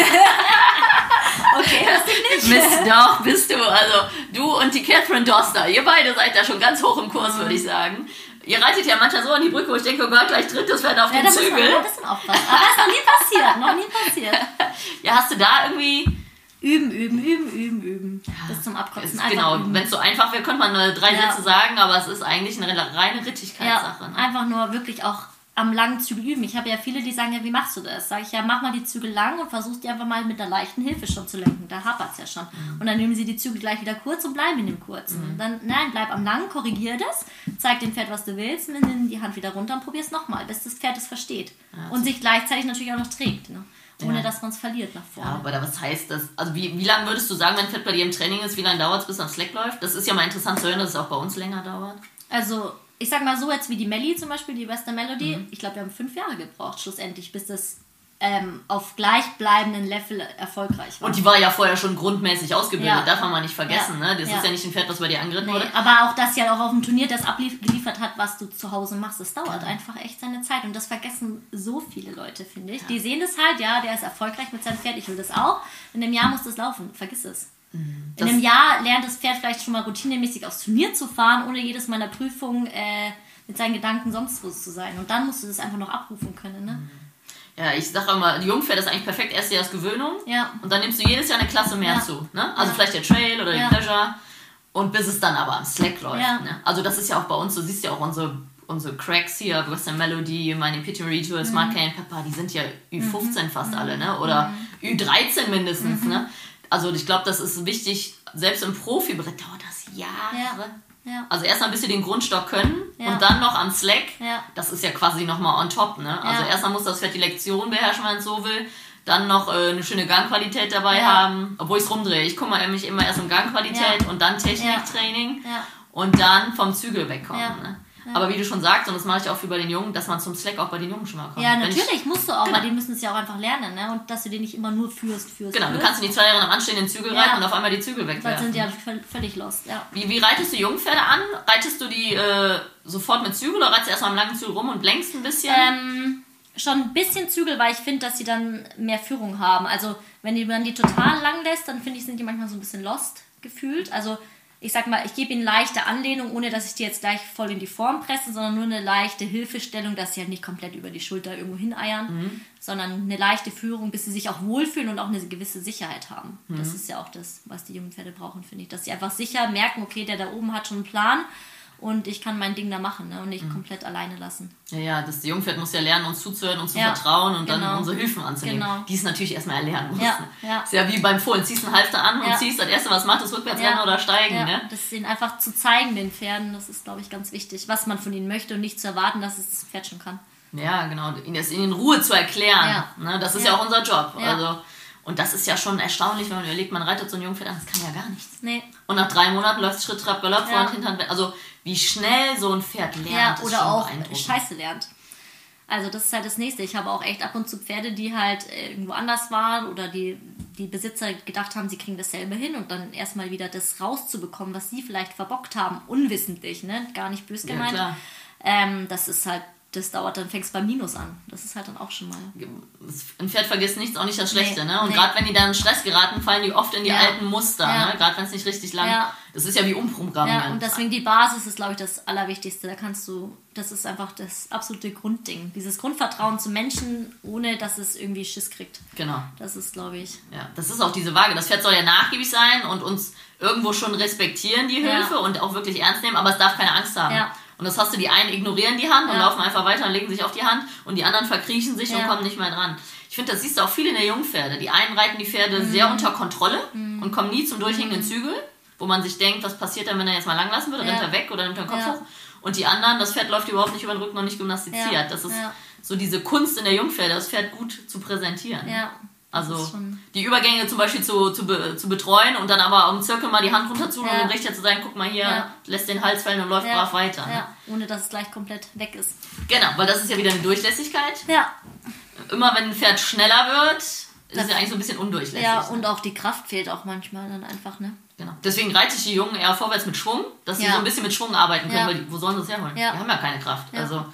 Okay, das ich nicht. Mist, doch, bist du. Also du und die Catherine Doster, ihr beide seid da schon ganz hoch im Kurs, würde ich sagen. Ihr reitet ja manchmal so an die Brücke, wo ich denke, oh Gott, gleich tritt das Pferd auf Ja, den da muss man Zügel. immer ein bisschen aufpassen. Aber das ist noch nie passiert, noch nie passiert. Ja, hast du da irgendwie... Üben, üben, üben, üben, üben. Bis zum Abkotzen. Ist, Einfach genau, üben. wenn es so einfach wäre, könnte man äh, drei Ja. Sätze sagen, aber es ist eigentlich eine reine Rittigkeitssache. Ja, Ne? einfach nur wirklich auch am langen Zügel üben. Ich habe ja viele, die sagen, ja, wie machst du das? Sag ich, ja, mach mal die Zügel lang und versuch die einfach mal mit einer leichten Hilfe schon zu lenken. Da hapert es ja schon. Mhm. Und dann nehmen sie die Zügel gleich wieder kurz und bleiben in dem kurzen. Mhm. Dann, nein, bleib am langen, korrigier das, zeig dem Pferd, was du willst, und dann nimm die Hand wieder runter und probier es nochmal, bis das Pferd es versteht. Ja, und sich gleichzeitig natürlich auch noch trägt. Ne? Ohne Ja. dass man es verliert nach vorne. Ja, aber da, was heißt das? Also wie, wie lange würdest du sagen, wenn ein Pferd bei dir im Training ist, wie lange dauert es, bis am Slack läuft? Das ist ja mal interessant zu hören, dass es auch bei uns länger dauert. Also, ich sag mal so, jetzt wie die Melly zum Beispiel, die Western Melody, Mhm. ich glaube, wir haben fünf Jahre gebraucht, schlussendlich, bis das ähm, auf gleichbleibenden Level erfolgreich war. Und die war ja vorher schon grundmäßig ausgebildet, Ja. darf man mal nicht vergessen. Ja. Ne? Das Ja. ist ja nicht ein Pferd, was bei dir angeritten Nee, wurde. aber auch, dass sie halt auch auf dem Turnier das abgeliefert hat, was du zu Hause machst, das dauert einfach echt seine Zeit. Und das vergessen so viele Leute, finde ich. Ja. Die sehen das halt, ja, der ist erfolgreich mit seinem Pferd, ich will das auch. In einem Jahr muss das laufen, vergiss es. In Das- einem Jahr lernt das Pferd vielleicht schon mal routinemäßig aufs Turnier zu fahren, ohne jedes Mal in der Prüfung äh, mit seinen Gedanken sonst wo zu sein. Und dann musst du das einfach noch abrufen können, ne? Ja, ich sage immer, die Jungpferde ist eigentlich perfekt, erste Jahr ist Gewöhnung. Ja. Und dann nimmst du jedes Jahr eine Klasse mehr Ja. zu. Ne? Also Ja. vielleicht der Trail oder Ja. die Pleasure. Und bis es dann aber am Slack läuft. Ja. Ne? Also das ist ja auch bei uns, du siehst ja auch unsere, unsere Cracks hier, Western Melody, meine Pitty Smart Cane Papa, die sind ja Ü fünfzehn fast alle, ne? Oder Ü dreizehn mindestens. Ne? Also ich glaube, das ist wichtig, selbst im Profibrett dauert das Jahre. Ja. Also erstmal bis sie den Grundstock können Ja. und dann noch am Slack. Ja. Das ist ja quasi nochmal on top. Ne? Also Ja. erstmal muss das Pferd die Lektion beherrschen, wenn es so will. Dann noch äh, eine schöne Gangqualität dabei Ja. haben. Obwohl ich es rumdrehe. Ich gucke mal mich immer erst um Gangqualität Ja. und dann Techniktraining. Ja. Und dann vom Zügel wegkommen. Ja. Ne? Aber wie du schon sagst, und das mache ich auch wie bei den Jungen, dass man zum Slack auch bei den Jungen schon mal kommt. Ja, Wenn ich- natürlich musst du auch, Genau. weil die müssen es ja auch einfach lernen, ne? Und dass du den nicht immer nur führst, führst, Genau, du führst. kannst in die zwei Jahre am anstehenden Zügel Ja. reiten und auf einmal die Zügel Weil wegwerfen. sind die ja völ- völlig lost, ja. Wie, wie reitest du Jungpferde an? Reitest du die äh, sofort mit Zügel oder reitest du erstmal am langen Zügel rum und lenkst ein bisschen? Ähm, schon ein bisschen Zügel, weil ich finde, dass sie dann mehr Führung haben. Also, wenn die- man die total lang lässt, dann finde ich, sind die manchmal so ein bisschen lost gefühlt. Also, ich sag mal, ich gebe ihnen leichte Anlehnung, ohne dass ich die jetzt gleich voll in die Form presse, sondern nur eine leichte Hilfestellung, dass sie halt nicht komplett über die Schulter irgendwo hineiern, Mhm. sondern eine leichte Führung, bis sie sich auch wohlfühlen und auch eine gewisse Sicherheit haben. Mhm. Das ist ja auch das, was die jungen Pferde brauchen, finde ich. Dass sie einfach sicher merken, okay, der da oben hat schon einen Plan und ich kann mein Ding da machen, ne? Und nicht komplett alleine lassen. Ja, ja, das Jungpferd muss ja lernen, uns zuzuhören und zu Ja, vertrauen und dann genau. unsere Hilfen anzunehmen. Genau. Die es natürlich erstmal erlernen muss. Ja, ne? ja. Ist ja wie beim Fohlen. Ziehst einen Halfter an und Ja. ziehst das erste, was macht, ist rückwärts rennen oder steigen. Ja, Ne? das ihnen einfach zu zeigen, den Pferden, das ist, glaube ich, ganz wichtig, was man von ihnen möchte und nicht zu erwarten, dass es das Pferd schon kann. Ja, genau. Ihnen das in Ruhe zu erklären. Ja. Ne? Das ist Ja. ja. auch unser Job. Ja. Also, und das ist ja schon erstaunlich, wenn man überlegt, man reitet so ein Jungpferd an, das kann ja gar nichts. Nee. Und nach drei Monaten läuft Schritt, Trab, Galopp, Ja. Vorhand, Hinterhand. Also wie schnell so ein Pferd lernt, Ja, ist oder schon auch beeindruckend. Scheiße lernt. Also das ist halt das Nächste. Ich habe auch echt ab und zu Pferde, die halt äh, irgendwo anders waren oder die, die Besitzer gedacht haben, sie kriegen dasselbe hin und dann erstmal wieder das rauszubekommen, was sie vielleicht verbockt haben, unwissentlich, ne? Gar nicht böse Ja, gemeint. klar. Ähm, das ist halt, das dauert, dann fängst du beim Minus an. Das ist halt dann auch schon mal. Ein Pferd vergisst nichts, auch nicht das Schlechte. Nee, Ne? Und nee. gerade wenn die dann in Stress geraten, fallen die oft in die Ja. alten Muster. Ja. Ne? Gerade wenn es nicht richtig lang Ja. Das ist ja wie umprogrammieren. Ja, und deswegen die Basis ist, glaube ich, das Allerwichtigste. Da kannst du, das ist einfach das absolute Grundding. Dieses Grundvertrauen zu Menschen, ohne dass es irgendwie Schiss kriegt. Genau. Das ist, glaube ich. Ja, das ist auch diese Waage. Das Pferd soll ja nachgiebig sein und uns irgendwo schon respektieren, die Ja. Hilfe, und auch wirklich ernst nehmen, aber es darf keine Angst haben. Ja. Und das hast du, die einen ignorieren die Hand und Ja. laufen einfach weiter und legen sich auf die Hand und die anderen verkriechen sich Ja. und kommen nicht mehr dran. Ich finde, das siehst du auch viel in der Jungpferde. Die einen reiten die Pferde Mhm. sehr unter Kontrolle und kommen nie zum durchhängenden Zügel, wo man sich denkt, was passiert dann, wenn er jetzt mal langlassen wird, Ja. rennt er weg oder nimmt er den Kopf Ja. hoch. Und die anderen, das Pferd läuft überhaupt nicht über den Rücken und nicht gymnastiziert. Ja. Das ist Ja. so diese Kunst in der Jungpferde, das Pferd gut zu präsentieren. Ja. Das Also ist schon- die Übergänge zum Beispiel zu, zu, be, zu betreuen und dann aber um Zirkel mal die Hand runter zu Ja. und dem Richter zu sagen, guck mal hier, Ja. lässt den Hals fallen und läuft Ja. brav weiter. Ne? Ja, ohne dass es gleich komplett weg ist. Genau, weil das ist ja wieder eine Durchlässigkeit. Ja. Immer wenn ein Pferd schneller wird, ist Das- es ja eigentlich so ein bisschen undurchlässig. Ja, ne? und auch die Kraft fehlt auch manchmal dann einfach, ne? Genau. Deswegen reite ich die Jungen eher vorwärts mit Schwung, dass sie Ja. so ein bisschen mit Schwung arbeiten können, Ja. weil die, wo sollen sie es herholen? Ja. Die haben ja keine Kraft. Ja. Also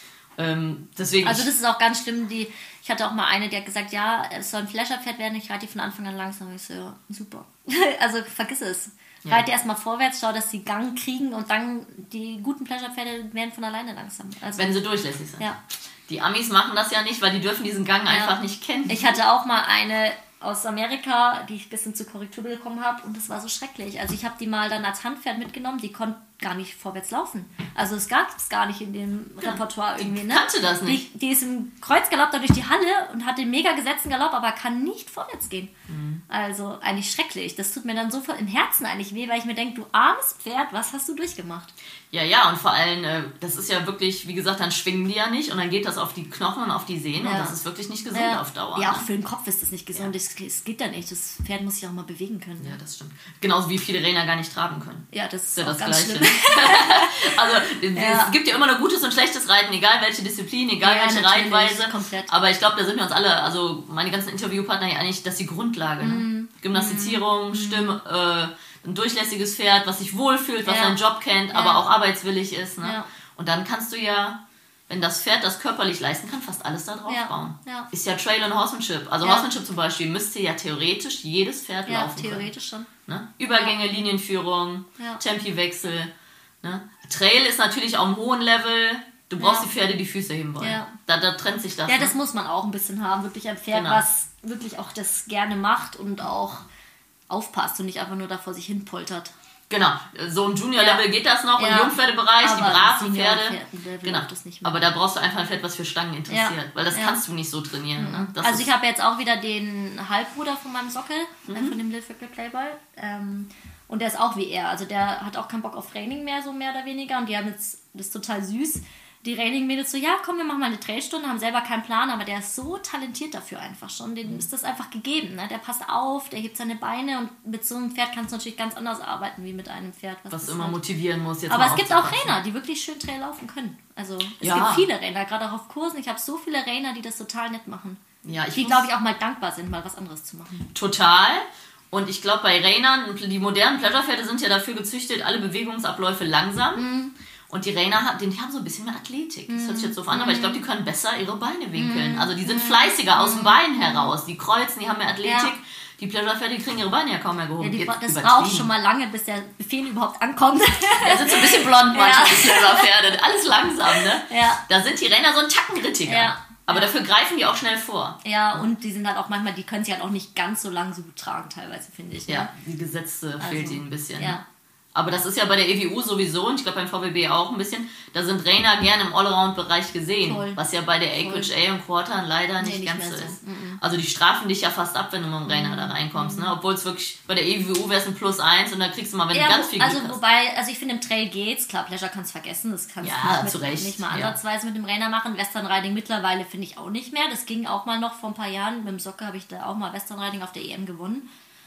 ähm, deswegen. Also das ist auch ganz schlimm, die, ich hatte auch mal eine, die hat gesagt, ja, es soll ein Flasherpferd werden, ich reite die von Anfang an langsam. Ich so, ja, super. Also vergiss es. Ja. Reite erstmal vorwärts, schau, dass sie Gang kriegen und dann die guten Flasherpferde werden von alleine langsam. Also, wenn sie durchlässig sind. ja. Die Amis machen das ja nicht, weil die dürfen diesen Gang einfach Ja. nicht kennen. Ich hatte auch mal eine aus Amerika, die ich ein bisschen zur Korrektur bekommen habe und das war so schrecklich. Also ich habe die mal dann als Handpferd mitgenommen, die konnte gar nicht vorwärts laufen. Also es gab es gar nicht in dem Repertoire irgendwie. Ne? kannte das nicht. Die, die ist im Kreuzgalopp da durch die Halle und hat den mega gesetzten Galopp, aber kann nicht vorwärts gehen. Mhm. Also eigentlich schrecklich. Das tut mir dann so voll im Herzen eigentlich weh, weil ich mir denke, du armes Pferd, was hast du durchgemacht? Ja, ja, und vor allem, äh, das ist ja wirklich, wie gesagt, dann schwingen die ja nicht und dann geht das auf die Knochen und auf die Sehnen und Ja. das ist wirklich nicht gesund Ja. auf Dauer. Ja, auch ne? für den Kopf ist das nicht gesund. Es es geht ja nicht. Das Pferd muss sich auch mal bewegen können. Ja, das stimmt. Genauso wie viele Trainer gar nicht traben können. Ja, das ist, Ist ja auch das ganz Gleiche. schlimm. Also Ja. es gibt ja immer nur gutes und schlechtes Reiten, egal welche Disziplin, egal Ja, welche natürlich, Reitweise. komplett. Aber ich glaube, da sind wir uns alle, also meine ganzen Interviewpartner ja eigentlich, dass die Grundlage, ne? Mhm. Gymnastizierung, Stimme, äh, ein durchlässiges Pferd, was sich wohlfühlt, was Ja. seinen Job kennt, Ja. aber auch arbeitswillig ist. Ne? Ja. Und dann kannst du ja, wenn das Pferd das körperlich leisten kann, fast alles da drauf Ja. bauen. Ja. Ist ja Trail und Horsemanship. Also Ja. Horsemanship zum Beispiel müsste ja theoretisch jedes Pferd Ja, laufen können. theoretisch schon. Ne? Übergänge, Linienführung, Ja. Tempiwechsel. Ne? Trail ist natürlich auf einem hohen Level. Du brauchst Ja. die Pferde, die Füße heben wollen. Ja. Da, da trennt sich das. Ja, ne? das muss man auch ein bisschen haben. Wirklich ein Pferd, Genau. was wirklich auch das gerne macht und auch aufpasst und nicht einfach nur da vor sich hin poltert. Genau. So im Junior-Level Ja. geht das noch. Ja. Im Jungpferdebereich, die Aber im braven Pferde. Senior-Pferden-Level Genau. läuft das nicht mehr. Aber da brauchst du einfach ein Pferd, was für Stangen interessiert. Ja. Weil das Ja. kannst du nicht so trainieren. Ne? Das Also ist- ich habe jetzt auch wieder den Halbbruder von meinem Sockel, Mhm. äh, von dem Little Fickle Playball. Ähm, und der ist auch wie er. Also der hat auch keinen Bock auf Training mehr, so mehr oder weniger. Und die haben jetzt, das ist total süß, die Training-Mädels so, ja komm, wir machen mal eine Trailstunde, haben selber keinen Plan, aber der ist so talentiert dafür einfach schon. Dem ist das einfach gegeben. Ne? Der passt auf, der hebt seine Beine und mit so einem Pferd kannst du natürlich ganz anders arbeiten, wie mit einem Pferd. was das immer halt- motivieren muss. Jetzt Aber mal es gibt auch aufzupassen. Trainer, die wirklich schön Trail laufen können. Also es Ja. gibt viele Trainer, gerade auch auf Kursen. Ich habe so viele Trainer, die das total nett machen. Ja, ich Die, muss- glaube ich, auch mal dankbar sind, mal was anderes zu machen. Total. Und ich glaube, bei Reinern, die modernen Pleasure-Pferde sind ja dafür gezüchtet, alle Bewegungsabläufe langsam. Mhm. Und die Rainer, haben- die die haben so ein bisschen mehr Athletik. Das hört sich jetzt so an, aber ich glaube, die können besser ihre Beine winkeln. Also die sind fleißiger aus dem Bein heraus. Die kreuzen, die haben mehr Athletik. Ja. Die Pleasure-Pferde, die kriegen ihre Beine ja kaum mehr gehoben. Ja, die, Jetzt das übertrieben. braucht schon mal lange, bis der Befehl überhaupt ankommt. Da sind so ein bisschen blond manchmal, Ja. die Pleasure-Pferde. Alles langsam, ne? Ja. Da sind die Rainer so ein Tacken grittiger. Ja. Aber dafür greifen die auch schnell vor. Ja, und die sind halt auch manchmal, die können sich halt auch nicht ganz so lang so gut tragen, teilweise, finde ich. Ne? Ja, die Gesetzte fehlt ihnen ein bisschen. Ja. Ne? Aber das ist ja bei der E W U sowieso und ich glaube beim V W B auch ein bisschen. Da sind Rainer gerne im Allround-Bereich gesehen. Voll. Was ja bei der Equage A und Quartern leider nicht nicht ganz mehr so so. ist. Mhm. Also die strafen dich ja fast ab, wenn du mit dem Rainer da reinkommst. Ne? Obwohl es wirklich, bei der E W U wäre es ein Plus eins und da kriegst du mal, wenn Ja, du ganz wo- viel Glück also hast. wobei, also ich finde im Trail geht's, klar, Pleasure kannst du vergessen, das kannst Ja, du nicht, zu mit, Recht, nicht mal ja. ansatzweise mit dem Rainer machen. Western Riding mittlerweile finde ich auch nicht mehr, das ging auch mal noch vor ein paar Jahren, mit dem Socke habe ich da auch mal Western Riding auf der E M gewonnen,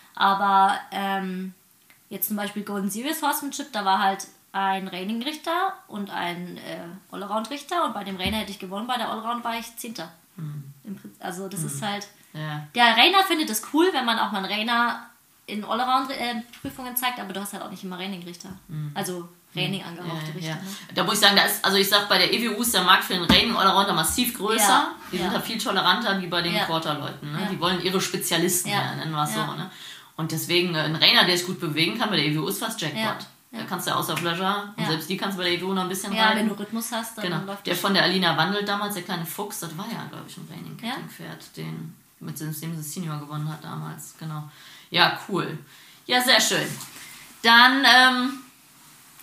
aber ähm, jetzt zum Beispiel Golden Series Horsemanship, da war halt ein Reining-Richter und ein äh, Allround-Richter und bei dem Rainer hätte ich gewonnen, bei der Allround war ich Zehnter. Im Prinzip- Also das ist halt... Ja. Der Rainer findet es cool, wenn man auch mal einen Rainer in Allround-Prüfungen zeigt, aber du hast halt auch nicht immer Raining-Richter. Also Raining angehauchte Ja, Richter. ja. Ne? Da muss ich sagen, da ist, also ich sag, bei der E W U ist der Markt für den Raining Allrounder massiv größer. Ja, Die ja. sind da viel toleranter wie bei den Ja. Quarter-Leuten. Ne? Ja. Die wollen ihre Spezialisten, Ja. ja, nennen wir es Ja. so. Ne? Und deswegen, äh, ein Rainer, der sich gut bewegen kann, bei der E W U ist fast Jackpot. Ja. Da Ja. kannst du außer Pleasure, und Ja. selbst die kannst du bei der E W U noch ein bisschen Ja, reiten. wenn du Rhythmus hast, dann Genau. läuft Der das. von der Alina Wandel damals, der kleine Fuchs, das war ja, glaube ich, ein Ja? Raining-Pferd, den mit dem sie Senior gewonnen hat damals. Genau. Ja, cool. Ja, sehr schön. Dann, ähm,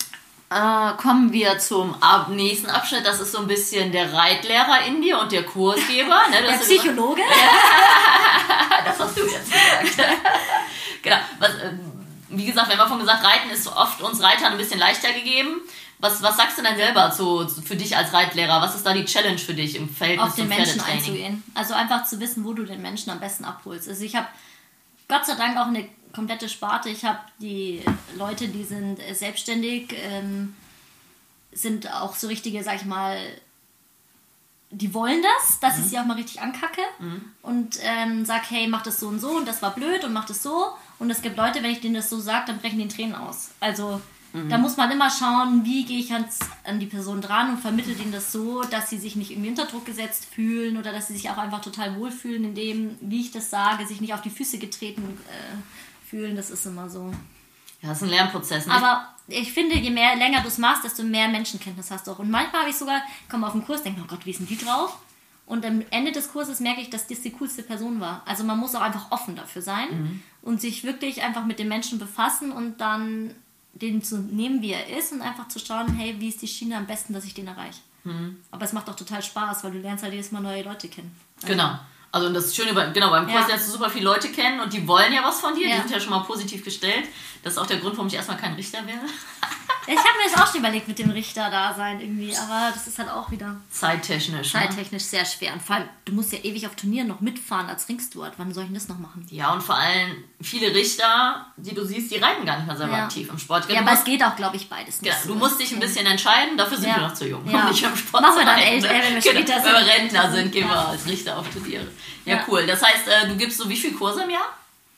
Äh, kommen wir zum ab nächsten Abschnitt. Das ist so ein bisschen der Reitlehrer in dir und der Kursgeber. Ne? Der Psychologe. Das hast du jetzt gesagt. Genau. Was, äh, wie gesagt, wir haben vorhin gesagt, Reiten ist oft uns Reitern ein bisschen leichter gegeben. Was, was sagst du denn selber zu, zu, für dich als Reitlehrer? Was ist da die Challenge für dich im Verhältnis auf den zum Menschen Pferdetraining? einzugehen. Also einfach zu wissen, wo du den Menschen am besten abholst. Also ich habe Gott sei Dank auch eine komplette Sparte. Ich habe die Leute, die sind äh, selbstständig, ähm, sind auch so richtige, sag ich mal, die wollen das, dass mhm. ich sie auch mal richtig ankacke mhm. und ähm, sag, hey, mach das so und so und das war blöd und mach das so. Und es gibt Leute, wenn ich denen das so sage, dann brechen die Tränen aus. Also mhm. da muss man immer schauen, wie gehe ich ans, an die Person dran und vermittle denen das so, dass sie sich nicht irgendwie unter Druck gesetzt fühlen oder dass sie sich auch einfach total wohlfühlen in dem, wie ich das sage, sich nicht auf die Füße getreten äh, fühlen. Das ist immer so. Ja, das ist ein Lernprozess, ne? Aber ich finde, je mehr länger du es machst, desto mehr Menschenkenntnis hast du auch. Und manchmal habe ich sogar, komme auf den Kurs, denke, oh Gott, wie sind die drauf? Und am Ende des Kurses merke ich, dass das die coolste Person war. Also man muss auch einfach offen dafür sein mhm. und sich wirklich einfach mit dem Menschen befassen und dann den zu nehmen, wie er ist und einfach zu schauen, hey, wie ist die Schiene am besten, dass ich den erreiche. Mhm. Aber es macht auch total Spaß, weil du lernst halt jedes Mal neue Leute kennen. Also genau. Also und das Schöne, genau, beim Kurs ja. lernst du super viele Leute kennen und die wollen ja was von dir, ja. die sind ja schon mal positiv gestellt. Das ist auch der Grund, warum ich erstmal kein Richter werde. Ich habe mir das auch schon überlegt mit dem Richter-Dasein irgendwie, aber das ist halt auch wieder... Zeittechnisch. Zeittechnisch ne? sehr schwer. Und vor allem, du musst ja ewig auf Turnieren noch mitfahren als Ringsteward. Wann soll ich denn das noch machen? Ja, und vor allem viele Richter, die du siehst, die reiten gar nicht mehr selber ja. aktiv im Sport. Ja, du aber musst, es geht auch, glaube ich, beides nicht. Ja, so. Du musst dich ein bisschen entscheiden, dafür sind ja. wir noch zu jung, ja. um nicht im Sport machen zu wir dann reiten. älter, wenn wir genau. später Wenn wir sind. Rentner sind, gehen ja. wir als Richter auf Turniere. Ja, ja, cool. Das heißt, du gibst so wie viele Kurse im Jahr?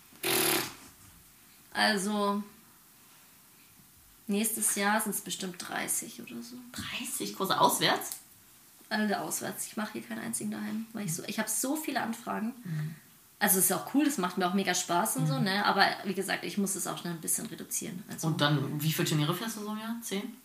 Also... Nächstes Jahr sind es bestimmt dreißig oder so. dreißig Kurse auswärts? Alle auswärts. Ich mache hier keinen einzigen daheim. Weil ich so, ich habe so viele Anfragen. Mhm. Also es ist auch cool, das macht mir auch mega Spaß und mhm. so, ne? Aber wie gesagt, ich muss es auch schnell ein bisschen reduzieren. Also, und dann, wie viele Turniere fährst du so im Jahr? Zehn?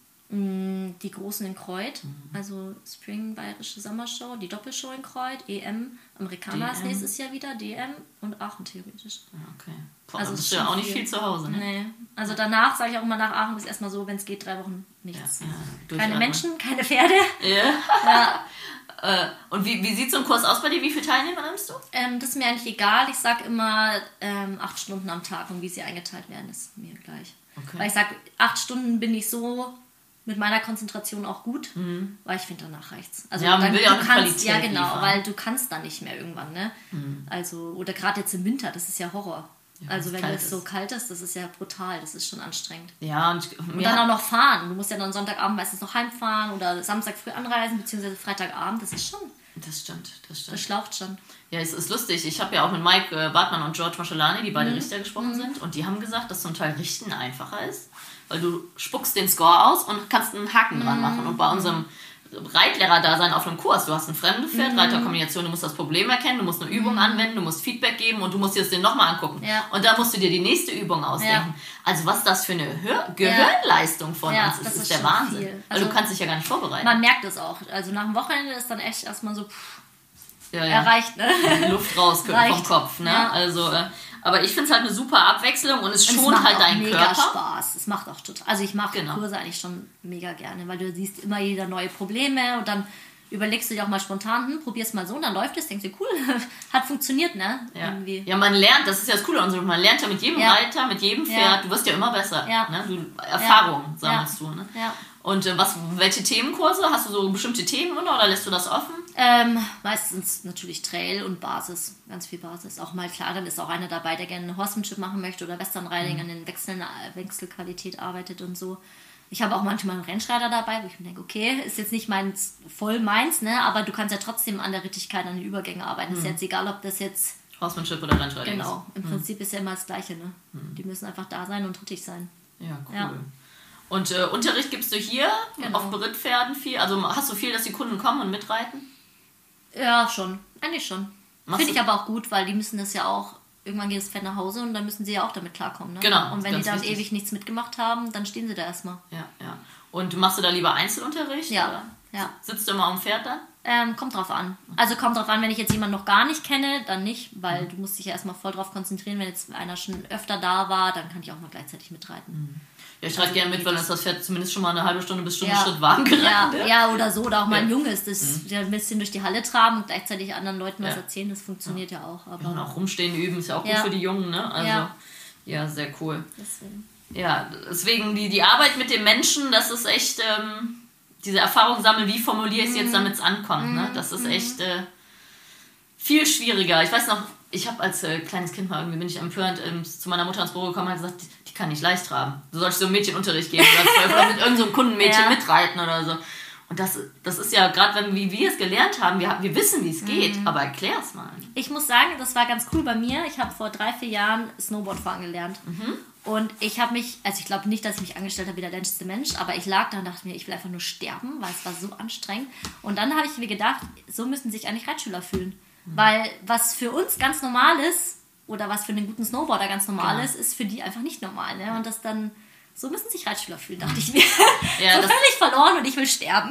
Die großen in Kreuth, mhm. also Spring Bayerische Sommershow, die Doppelshow in Kreuth, E M, Amerikaner ist nächstes Jahr wieder, D M und Aachen theoretisch. Okay. Boah, also bist du ja auch nicht viel, viel zu Hause, ne? Nee. Also danach sage ich auch immer, nach Aachen ist erstmal so, wenn es geht, drei Wochen nichts. Ja, ja, keine Menschen, keine Pferde. Ja. ja. äh, und wie, wie sieht so ein Kurs aus bei dir? Wie viele Teilnehmer nimmst du? Ähm, das ist mir eigentlich egal. Ich sage immer ähm, acht Stunden am Tag und wie sie eingeteilt werden, ist mir gleich. Okay. Weil ich sage, acht Stunden bin ich so... mit meiner Konzentration auch gut, mhm. weil ich finde, danach reicht's. Also ja, man dann, will ja auch du eine kannst, Qualität ja genau, liefern. Weil du kannst dann nicht mehr irgendwann, ne? Mhm. Also, oder gerade jetzt im Winter, das ist ja Horror. Ja, also wenn es so kalt ist, das ist ja brutal, das ist schon anstrengend. Ja, und, und dann auch noch fahren. Du musst ja dann Sonntagabend meistens noch heimfahren oder Samstag früh anreisen, beziehungsweise Freitagabend, das ist schon... Das stimmt, das stimmt. Das schlaucht schon. Ja, es ist lustig. Ich habe ja auch mit Mike äh, Bartmann und George Maschalani, die beide mhm. Richter gesprochen mhm. sind, und die haben gesagt, dass zum Teil Richten einfacher ist, weil du spuckst den Score aus und kannst einen Haken mhm. dran machen. Und bei unserem Reitlehrer-Dasein auf einem Kurs, du hast ein Fremdenpferd, mhm. Reiterkombination, du musst das Problem erkennen, du musst eine Übung mhm. anwenden, du musst Feedback geben und du musst dir das den nochmal angucken. Ja. Und dann musst du dir die nächste Übung ausdenken. Ja. Also was das für eine Hör- Gehirnleistung von ja, uns ist, das ist, ist der Wahnsinn. Viel. Also du kannst dich ja gar nicht vorbereiten. Man merkt es auch. Also nach dem Wochenende ist dann echt erstmal so... Pff, Ja, ja. erreicht, ne? Luft raus vom Kopf, ne? Ja. Also, äh, aber ich finde es halt eine super Abwechslung und es schont und es halt deinen mega Körper. Spaß. Es macht auch total. Also ich mache genau. Kurse eigentlich schon mega gerne, weil du siehst immer wieder neue Probleme und dann überlegst du dir auch mal spontan, hm, probier's mal so und dann läuft es, denkst du, cool, hat funktioniert, ne? Ja. Irgendwie. Ja, man lernt, das ist ja das Coole, also man lernt ja mit jedem ja. Reiter, mit jedem Pferd, ja. du wirst ja immer besser, ja. ne? Du, Erfahrung ja. sammelst ja. du, ne? Ja. Und äh, was, welche Themenkurse? Hast du so bestimmte Themen oder, oder lässt du das offen? Ähm, meistens natürlich Trail und Basis, ganz viel Basis. Auch mal klar, dann ist auch einer dabei, der gerne Horsemanship machen möchte oder Western Riding mhm. an den Wechseln, Wechselqualität arbeitet und so. Ich habe auch manchmal einen Rennschreider dabei, wo ich mir denke, okay, ist jetzt nicht meins, voll meins, ne? Aber du kannst ja trotzdem an der Rittigkeit, an den Übergängen arbeiten. Mhm. Ist jetzt egal, ob das jetzt... Horsemanship oder Rennschreider ist. Genau, im mhm. Prinzip ist ja immer das Gleiche, ne? Mhm. Die müssen einfach da sein und rittig sein. Ja, cool. Ja. Und äh, Unterricht gibst du hier genau. auf Berittpferden viel? Also hast du viel, dass die Kunden kommen und mitreiten? Ja, schon. Eigentlich schon. Finde ich aber auch gut, weil die müssen das ja auch... Irgendwann geht das Pferd nach Hause und dann müssen sie ja auch damit klarkommen. Ne? Genau. Und wenn die dann wichtig. ewig nichts mitgemacht haben, dann stehen sie da erstmal. Ja, ja. Und machst du da lieber Einzelunterricht? Ja. Oder? ja. Sitzt du immer am Pferd dann? Ähm, kommt drauf an. Also kommt drauf an, wenn ich jetzt jemanden noch gar nicht kenne, dann nicht, weil mhm. du musst dich ja erstmal voll drauf konzentrieren. Wenn jetzt einer schon öfter da war, dann kann ich auch mal gleichzeitig mitreiten. Mhm. Ja, ich reite also, gerne mit, weil dann ist das Pferd zumindest schon mal eine halbe Stunde bis Stunde ja, Schritt warm geritten. Ja, ja. ja, oder so. Oder auch mal ein ja. Junges, das mhm. ein bisschen durch die Halle traben und gleichzeitig anderen Leuten was ja. erzählen, das funktioniert ja, ja auch. Aber ja, und auch rumstehen üben ist ja auch ja. gut für die Jungen, ne? Also, ja. ja, sehr cool. Deswegen. Ja, deswegen die, die Arbeit mit dem Menschen, das ist echt, ähm, diese Erfahrung sammeln, wie formuliere ich es jetzt, damit es ankommt, ne? Das ist echt äh, viel schwieriger. Ich weiß noch, ich habe als äh, kleines Kind mal irgendwie, bin ich empörend ähm, zu meiner Mutter ins Büro gekommen und habe gesagt, die, die kann nicht leicht traben. Du sollst so einen Mädchenunterricht geben oder, oder mit irgendeinem so Kundenmädchen ja. mitreiten oder so. Und das, das ist ja gerade, wenn wie wir es gelernt haben, wir, wir wissen, wie es geht, mhm. aber erklär es mal. Ich muss sagen, das war ganz cool bei mir. Ich habe vor drei, vier Jahren Snowboard fahren gelernt. Mhm. Und ich habe mich, also ich glaube nicht, dass ich mich angestellt habe wie der ländlichste Mensch, aber ich lag da und dachte mir, ich will einfach nur sterben, weil es war so anstrengend. Und dann habe ich mir gedacht, so müssen sich eigentlich Reitschüler fühlen. Mhm. Weil was für uns ganz normal ist, oder was für einen guten Snowboarder ganz normal genau. ist, ist für die einfach nicht normal. Ne? Und das dann... So müssen sich Reitschüler fühlen, dachte ich mir. Ja, so völlig verloren und ich will sterben.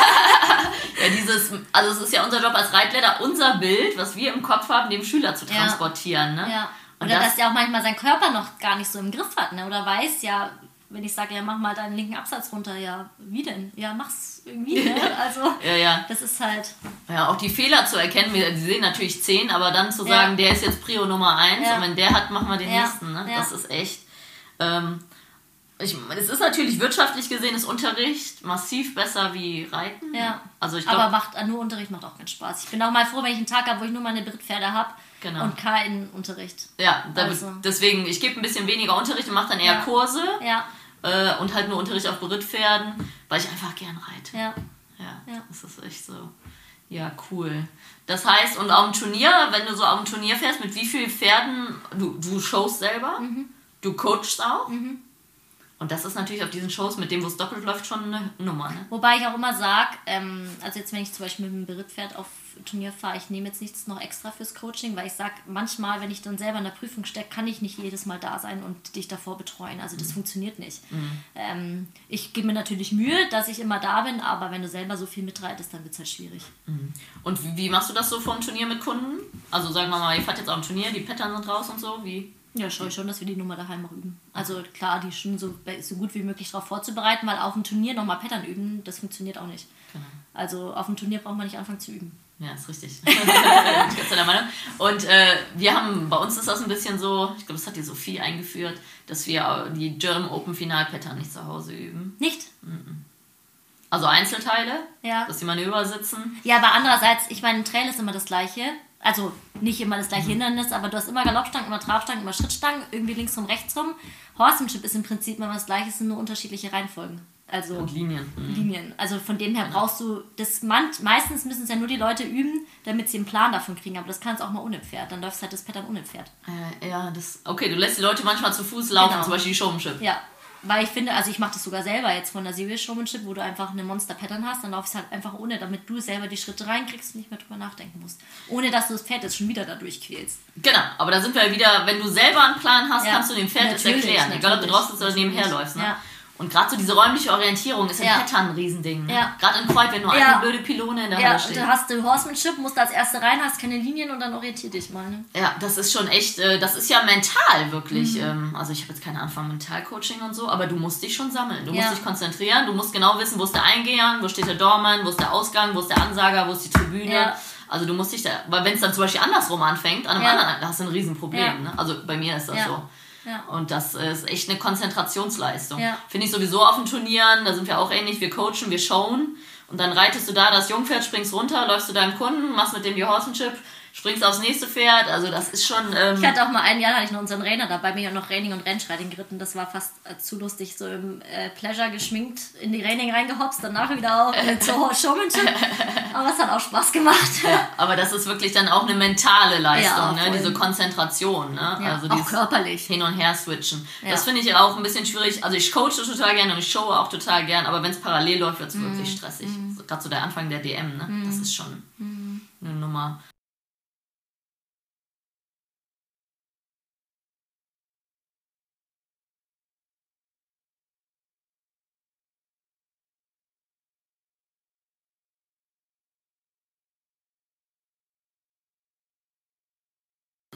Ja, dieses, also es ist ja unser Job als Reitlehrer, unser Bild, was wir im Kopf haben, dem Schüler zu transportieren. Ja. Ne? Ja. Oder das, dass der auch manchmal seinen Körper noch gar nicht so im Griff hat. Ne? Oder weiß, ja, wenn ich sage, ja, mach mal deinen linken Absatz runter, ja, wie denn? Ja, mach's irgendwie. Ne? Also, ja, ja. das ist halt... Ja, auch die Fehler zu erkennen, wir sehen natürlich zehn, aber dann zu sagen, ja. der ist jetzt Prio Nummer eins ja. und wenn der hat, machen wir den ja. nächsten. Ne? Ja. Das ist echt... Ähm, Ich, es ist natürlich wirtschaftlich gesehen, ist Unterricht massiv besser wie Reiten. Ja. Also ich glaub, aber macht, nur Unterricht macht auch keinen Spaß. Ich bin auch mal froh, wenn ich einen Tag habe, wo ich nur meine Brittpferde habe genau. und keinen Unterricht. Ja, also. deswegen, ich gebe ein bisschen weniger Unterricht und mache dann eher ja. Kurse ja. äh, und halt nur Unterricht auf Brittpferden, weil ich einfach gern reite. Ja. Ja, ja. das ist echt so. Ja, cool. Das heißt, und auf dem Turnier, wenn du so auf dem Turnier fährst, mit wie vielen Pferden, du, du showst selber, mhm. du coachst auch. Mhm. Und das ist natürlich auf diesen Shows, mit dem, wo es doppelt läuft, schon eine Nummer. Ne? Wobei ich auch immer sage, ähm, also jetzt wenn ich zum Beispiel mit einem Berittpferd auf Turnier fahre, ich nehme jetzt nichts noch extra fürs Coaching, weil ich sage, manchmal, wenn ich dann selber in der Prüfung stecke, kann ich nicht jedes Mal da sein und dich davor betreuen. Also das mhm. funktioniert nicht. Mhm. Ähm, ich gebe mir natürlich Mühe, dass ich immer da bin, aber wenn du selber so viel mitreitest, dann wird es halt schwierig. Mhm. Und wie, wie machst du das so vor dem Turnier mit Kunden? Also sagen wir mal, ihr fahrt jetzt auf ein Turnier, die Pattern sind raus und so, wie... Ja, schaue ich schon, dass wir die Nummer daheim auch üben. Also klar, die schon so, so gut wie möglich darauf vorzubereiten, weil auf dem Turnier nochmal Pattern üben, das funktioniert auch nicht. Genau. Also auf dem Turnier braucht man nicht anfangen zu üben. Ja, ist richtig. Ich bin ganz der Meinung. Und äh, wir haben, bei uns ist das ein bisschen so, ich glaube, das hat die Sophie eingeführt, dass wir die German Open Final Pattern nicht zu Hause üben. Nicht? Also Einzelteile, ja. dass die Manöver sitzen. Ja, aber andererseits, ich meine, ein Trail ist immer das Gleiche. Also nicht immer das gleiche mhm. Hindernis, aber du hast immer Galoppstangen, immer Trabstangen, immer Schrittstangen, irgendwie links rum, rechts rum. Horsemanship ist im Prinzip immer das Gleiche, es sind nur unterschiedliche Reihenfolgen. Also und Linien. Mhm. Linien. Also von dem her brauchst du das, man, meistens müssen es ja nur die Leute üben, damit sie einen Plan davon kriegen, aber das kannst du auch mal ohne Pferd, dann läufst halt das Pattern ohne Pferd. Äh, ja, das, okay, du lässt die Leute manchmal zu Fuß laufen, genau. zum Beispiel die Showmanship. Ja. Weil ich finde, also ich mache das sogar selber jetzt von der Serious Showmanship, wo du einfach eine Monster-Pattern hast, dann laufst du halt einfach ohne, damit du selber die Schritte reinkriegst und nicht mehr drüber nachdenken musst. Ohne, dass du das Pferd jetzt schon wieder dadurch quälst. Genau, aber da sind wir ja wieder, wenn du selber einen Plan hast, ja. kannst du dem Pferd das erklären. Egal, ob du draußen oder nebenher läufst. Ne? Ja. Und gerade so diese räumliche Orientierung ist im ja. Pattern ein Riesending. Ne? Ja. Gerade in Kreuz, wenn nur ja. eine blöde Pylone in der ja. Halle steht. Ja, da hast du Horsemanship, musst als Erste rein, hast keine Linien und dann orientier dich mal. Ne? Ja, das ist schon echt, äh, das ist ja mental wirklich. Mhm. Ähm, also ich habe jetzt keine Ahnung von Mentalcoaching und so, aber du musst dich schon sammeln. Du ja. musst dich konzentrieren, du musst genau wissen, wo ist der Eingang, wo steht der Dorman, wo ist der Ausgang, wo ist der Ansager, wo ist die Tribüne. Ja. Also du musst dich da, weil wenn es dann zum Beispiel andersrum anfängt, an einem ja. anderen, da hast du ein Riesenproblem. Ja. Ne? Also bei mir ist das ja. so. Ja. Und das ist echt eine Konzentrationsleistung. Ja. Finde ich sowieso auf den Turnieren, da sind wir auch ähnlich, wir coachen, wir showen und dann reitest du da das Jungpferd, springst runter, läufst zu deinem Kunden, machst mit dem die Horsemanship, springst aufs nächste Pferd, also das ist schon... Ähm ich hatte auch mal ein Jahr, hatte ich noch unseren Trainer dabei, bin ja noch Reining und Rennschreiting geritten, das war fast äh, zu lustig, so im äh, Pleasure geschminkt, in die Reining reingehopst, danach wieder auch äh, zur Showmanship, aber es hat auch Spaß gemacht. Ja, aber das ist wirklich dann auch eine mentale Leistung, ja, ne? Diese Konzentration, ne? Ja, also auch körperlich. Hin- und her switchen. Ja. Das finde ich auch ein bisschen schwierig, also ich coache total gern und ich showe auch total gern, aber wenn es parallel läuft, wird es mm. wirklich stressig. Mm. So, gerade so der Anfang der D M, ne? Mm. Das ist schon mm. eine Nummer.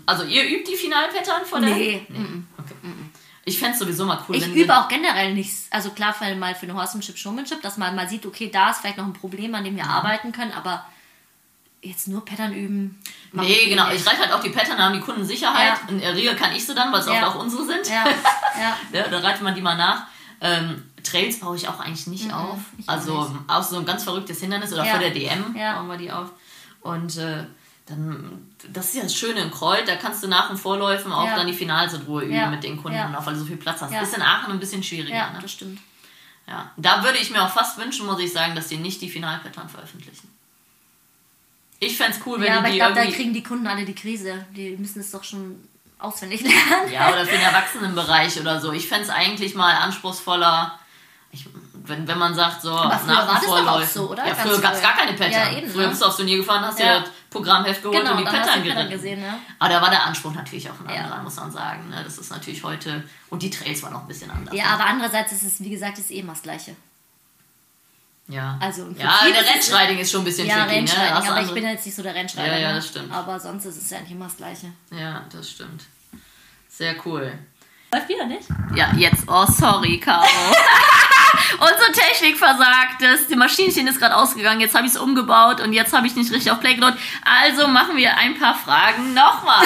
Also ihr übt die Finalpattern vor der... Nee. nee. Okay. Ich fände es sowieso mal cool, ich wenn... Ich übe auch generell nichts. Also klar, mal für eine Horsemanship, Showmanship, dass man mal sieht, okay, da ist vielleicht noch ein Problem, an dem wir ja. arbeiten können, aber jetzt nur Pattern üben... Nee, genau. Nicht. Ich reite halt auch die Pattern, da haben die Kunden Sicherheit. Ja. In der Regel kann ich sie dann, weil es ja. oft auch unsere sind. Ja. Ja. ja, da reitet man die mal nach. Ähm, Trails baue ich auch eigentlich nicht mhm, auf. Also nicht. Auch so ein ganz verrücktes Hindernis oder ja. vor der D M ja. bauen wir die auf. Und äh, dann, das ist ja das Schöne in Kreuth, da kannst du nach den Vorläufen auch ja. dann die Finalsruhe üben ja. mit den Kunden, ja. auch weil du so viel Platz hast. Ja. Ist in Aachen ein bisschen schwieriger. Ja, ne? das stimmt. Ja. Da würde ich mir auch fast wünschen, muss ich sagen, dass die nicht die Finalpattern veröffentlichen. Ich fände es cool, wenn ja, die aber die ich glaube, da irgendwie... kriegen die Kunden alle die Krise. Die müssen es doch schon auswendig lernen. Ja, oder für den Erwachsenenbereich oder so. Ich fände es eigentlich mal anspruchsvoller... Ich, wenn, wenn man sagt, so, aber früher nach war dem das doch auch so, oder? Ja, früher gab es gar keine Pattern. Ja, eben, früher ne? bist du aufs Turnier gefahren, hast ja. dir das Programmheft geholt genau, und die Pattern geritten. Gesehen, ne? Aber da war der Anspruch natürlich auch ein anderer, ja. muss man sagen. Ne? Das ist natürlich heute... Und die Trails waren noch ein bisschen anders. Ja, ne? aber andererseits ist es, wie gesagt, ist eh immer das Gleiche. Ja, also ja der Rennschreiding ist schon ein bisschen ja, tricky. Ne? Aber andere... ich bin ja jetzt nicht so der Rennschreider. Ja, ja, das stimmt. Aber sonst ist es ja nicht immer das Gleiche. Ja, das stimmt. Sehr cool. Läuft wieder nicht? Ja, jetzt. Oh, sorry, Caro. Unsere Technik versagt es. Die Maschinenchen ist gerade ausgegangen. Jetzt habe ich es umgebaut und jetzt habe ich nicht richtig auf Play gedrückt. Also machen wir ein paar Fragen nochmal.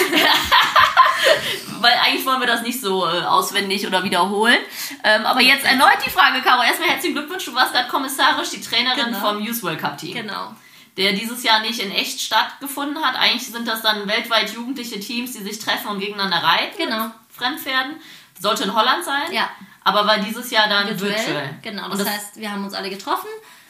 Weil eigentlich wollen wir das nicht so äh, auswendig oder wiederholen. Ähm, aber jetzt erneut die Frage, Caro. Erstmal herzlichen Glückwunsch. Du warst gerade kommissarisch die Trainerin genau. vom Youth World Cup Team. Genau. Der dieses Jahr nicht in echt stattgefunden hat. Eigentlich sind das dann weltweit jugendliche Teams, die sich treffen und gegeneinander reiten. Genau. Fremdpferden. Sollte in Holland sein. Ja. Aber war dieses Jahr dann virtuell. virtuell. Genau, das, das heißt, wir haben uns alle getroffen.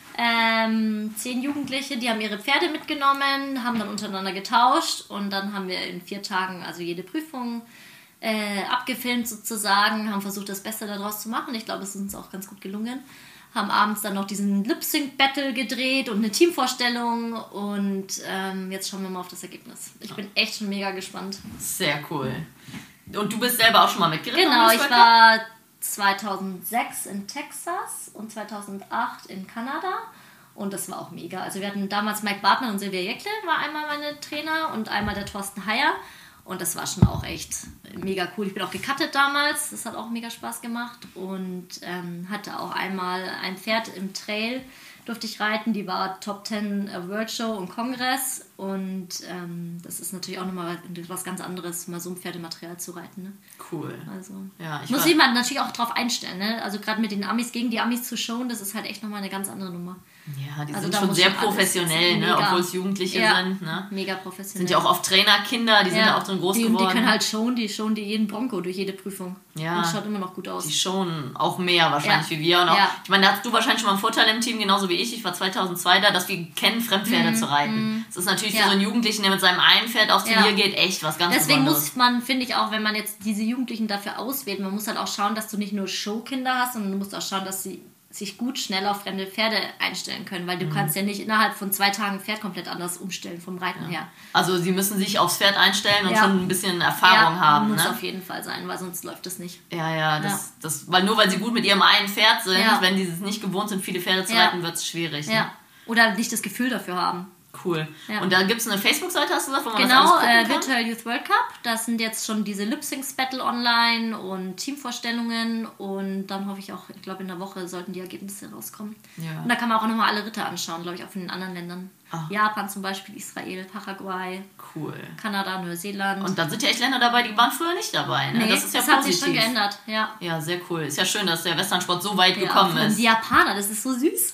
Ähm, zehn Jugendliche, die haben ihre Pferde mitgenommen, haben dann untereinander getauscht und dann haben wir in vier Tagen also jede Prüfung äh, abgefilmt sozusagen, haben versucht, das Beste daraus zu machen. Ich glaube, es ist uns auch ganz gut gelungen. Haben abends dann noch diesen Lip-Sync-Battle gedreht und eine Teamvorstellung und ähm, jetzt schauen wir mal auf das Ergebnis. Ich bin echt schon mega gespannt. Sehr cool. Und du bist selber auch schon mal mitgeritten? Genau, ich war zweitausendsechs in Texas und zweitausendacht in Kanada und das war auch mega. Also wir hatten damals Mike Bartner und Silvia Jeckle, war einmal meine Trainer und einmal der Thorsten Heyer und das war schon auch echt mega cool. Ich bin auch gecuttet damals, das hat auch mega Spaß gemacht und ähm, hatte auch einmal ein Pferd im Trail, durfte ich reiten, die war Top zehn World Show und Kongress und ähm, das ist natürlich auch nochmal was ganz anderes, mal so ein Pferdematerial zu reiten. Ne? Cool. Also ja, ich muss sich man natürlich auch drauf einstellen, ne? Also gerade mit den Amis, gegen die Amis zu showen, das ist halt echt nochmal eine ganz andere Nummer. Ja, die also sind schon sehr professionell, ne? Obwohl es Jugendliche ja, sind. Ne? Mega professionell. Sind ja auch oft Trainerkinder, die sind ja, ja auch drin groß die, geworden. Die können halt showen, die showen die jeden Bronco durch jede Prüfung. Ja. Und das schaut immer noch gut aus. Die showen auch mehr wahrscheinlich ja. wie wir. Und auch, ja. Ich meine, da hast du wahrscheinlich schon mal einen Vorteil im Team, genauso wie ich. Ich war zweitausendzwei da, dass wir kennen, Fremdpferde mm, zu reiten. Das mm. ist natürlich ja. für so einen Jugendlichen, der mit seinem einen Pferd aufs Turnier ja. geht, echt was ganz Deswegen Besonderes. Muss man, finde ich auch, wenn man jetzt diese Jugendlichen dafür auswählt, man muss halt auch schauen, dass du nicht nur Showkinder hast, sondern du musst auch schauen, dass sie sich gut schnell auf fremde Pferde einstellen können, weil du mhm. kannst ja nicht innerhalb von zwei Tagen ein Pferd komplett anders umstellen vom Reiten ja. her. Also sie müssen sich aufs Pferd einstellen und ja. schon ein bisschen Erfahrung ja, haben. Muss ne? auf jeden Fall sein, weil sonst läuft das nicht. Ja, ja, das, ja. Das, weil nur weil sie gut mit ihrem einen Pferd sind, ja. wenn die es nicht gewohnt sind, viele Pferde zu ja. reiten, wird es schwierig. Ja. Ne? Oder nicht das Gefühl dafür haben. Cool. Ja. Und da gibt es eine Facebook-Seite, hast du gesagt, wo man genau, das alles gucken äh, kann? Virtual Youth World Cup. Das sind jetzt schon diese Lip-Sync-Battle online und Teamvorstellungen. Und dann hoffe ich auch, ich glaube in der Woche sollten die Ergebnisse rauskommen. Ja. Und da kann man auch nochmal alle Ritter anschauen, glaube ich, auch von den anderen Ländern. Ach. Japan zum Beispiel, Israel, Paraguay, cool. Kanada, Neuseeland. Und dann sind ja echt Länder dabei, die waren früher nicht dabei. Ne? Nee, das ist ja das positiv. Hat sich schon geändert, ja. Ja, sehr cool. Ist ja schön, dass der Westernsport so weit ja, gekommen ist. Und die Japaner, das ist so süß.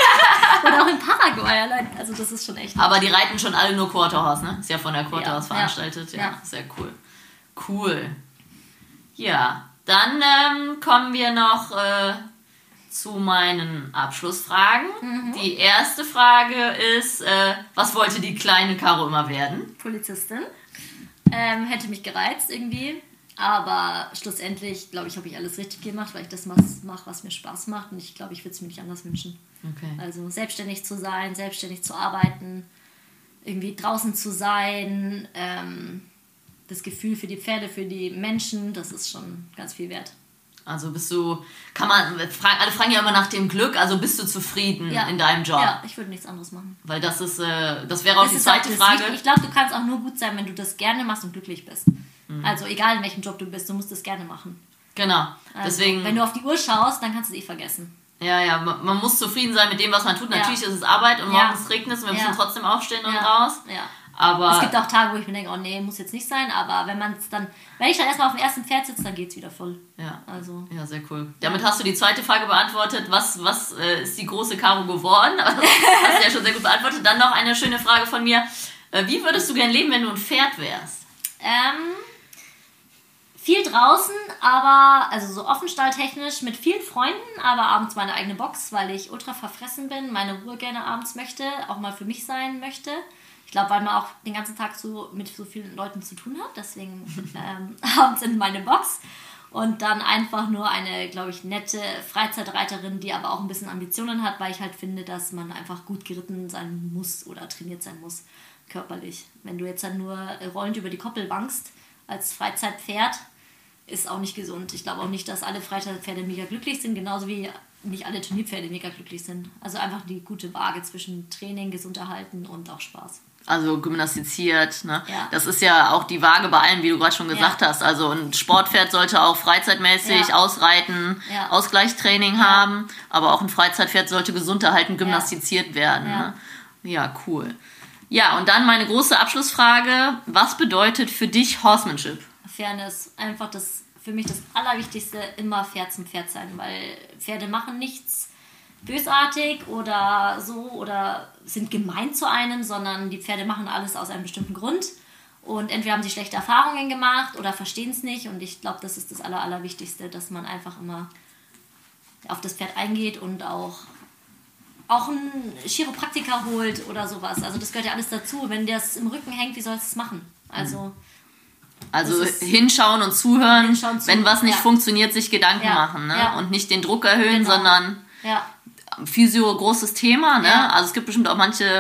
Und auch in Paraguay allein. Also das ist schon echt. Aber die reiten schon alle nur Quarterhorse, ne? Ist ja von der Quarterhorse ja, veranstaltet. Ja. Ja, sehr cool. Cool. Ja, dann ähm, kommen wir noch äh, zu meinen Abschlussfragen. Mhm. Die erste Frage ist, äh, was wollte die kleine Caro immer werden? Polizistin. Ähm, hätte mich gereizt irgendwie. Aber schlussendlich, glaube ich, habe ich alles richtig gemacht, weil ich das mache, was mir Spaß macht. Und ich glaube, ich würde es mir nicht anders wünschen. Okay. Also selbstständig zu sein, selbstständig zu arbeiten, irgendwie draußen zu sein, ähm, das Gefühl für die Pferde, für die Menschen, das ist schon ganz viel wert. Also bist du, kann man, alle fragen ja immer nach dem Glück, also bist du zufrieden ja. in deinem Job? Ja, ich würde nichts anderes machen. Weil das ist, äh, das wäre auch das die ist zweite auch Frage. Wichtig. Ich glaube, du kannst auch nur gut sein, wenn du das gerne machst und glücklich bist. Mhm. Also egal in welchem Job du bist, du musst das gerne machen. Genau, also, deswegen... Wenn du auf die Uhr schaust, dann kannst du es eh vergessen. Ja, ja, man, man muss zufrieden sein mit dem, was man tut. Natürlich ja. ist es Arbeit und ja. morgens regnet es und wir ja. müssen trotzdem aufstehen und ja. raus. Ja. Aber es gibt auch Tage, wo ich mir denke, oh nee, muss jetzt nicht sein, aber wenn man es dann, wenn ich dann erstmal auf dem ersten Pferd sitze, dann geht es wieder voll. Ja. Also. Ja, sehr cool. Damit hast du die zweite Frage beantwortet, was, was äh, ist die große Caro geworden? Das hast du ja schon sehr gut beantwortet. Dann noch eine schöne Frage von mir. Äh, wie würdest du gern leben, wenn du ein Pferd wärst? Ähm, viel draußen, aber, also so offenstalltechnisch mit vielen Freunden, aber abends meine eigene Box, weil ich ultra verfressen bin, meine Ruhe gerne abends möchte, auch mal für mich sein möchte. Ich glaube, weil man auch den ganzen Tag so mit so vielen Leuten zu tun hat, deswegen ähm, abends in meine Box. Und dann einfach nur eine, glaube ich, nette Freizeitreiterin, die aber auch ein bisschen Ambitionen hat, weil ich halt finde, dass man einfach gut geritten sein muss oder trainiert sein muss, körperlich. Wenn du jetzt dann nur rollend über die Koppel wankst als Freizeitpferd, ist auch nicht gesund. Ich glaube auch nicht, dass alle Freizeitpferde mega glücklich sind, genauso wie nicht alle Turnierpferde mega glücklich sind. Also einfach die gute Waage zwischen Training, gesund erhalten und auch Spaß. Also gymnastiziert, ne? Ja. Das ist ja auch die Waage bei allem, wie du gerade schon gesagt ja. hast. Also ein Sportpferd sollte auch freizeitmäßig ja. ausreiten, ja. Ausgleichstraining ja. haben, aber auch ein Freizeitpferd sollte gesund erhalten, gymnastiziert ja. werden. Ja. Ne? Ja, cool. Ja, und dann meine große Abschlussfrage. Was bedeutet für dich Horsemanship? Fairness. Einfach das, für mich das Allerwichtigste, immer fair zum Pferd sein, weil Pferde machen nichts bösartig oder so oder sind gemein zu einem, sondern die Pferde machen alles aus einem bestimmten Grund und entweder haben sie schlechte Erfahrungen gemacht oder verstehen es nicht und ich glaube, das ist das Aller, Allerwichtigste, dass man einfach immer auf das Pferd eingeht und auch, auch einen Chiropraktiker holt oder sowas. Also das gehört ja alles dazu. Wenn das im Rücken hängt, wie soll es das machen? Also Also hinschauen und zuhören, hinschauen, wenn was nicht ja. funktioniert, sich Gedanken ja. machen, ne? Ja. Und nicht den Druck erhöhen, genau. sondern ja. Physio, großes Thema, ne? Ja. Also es gibt bestimmt auch manche,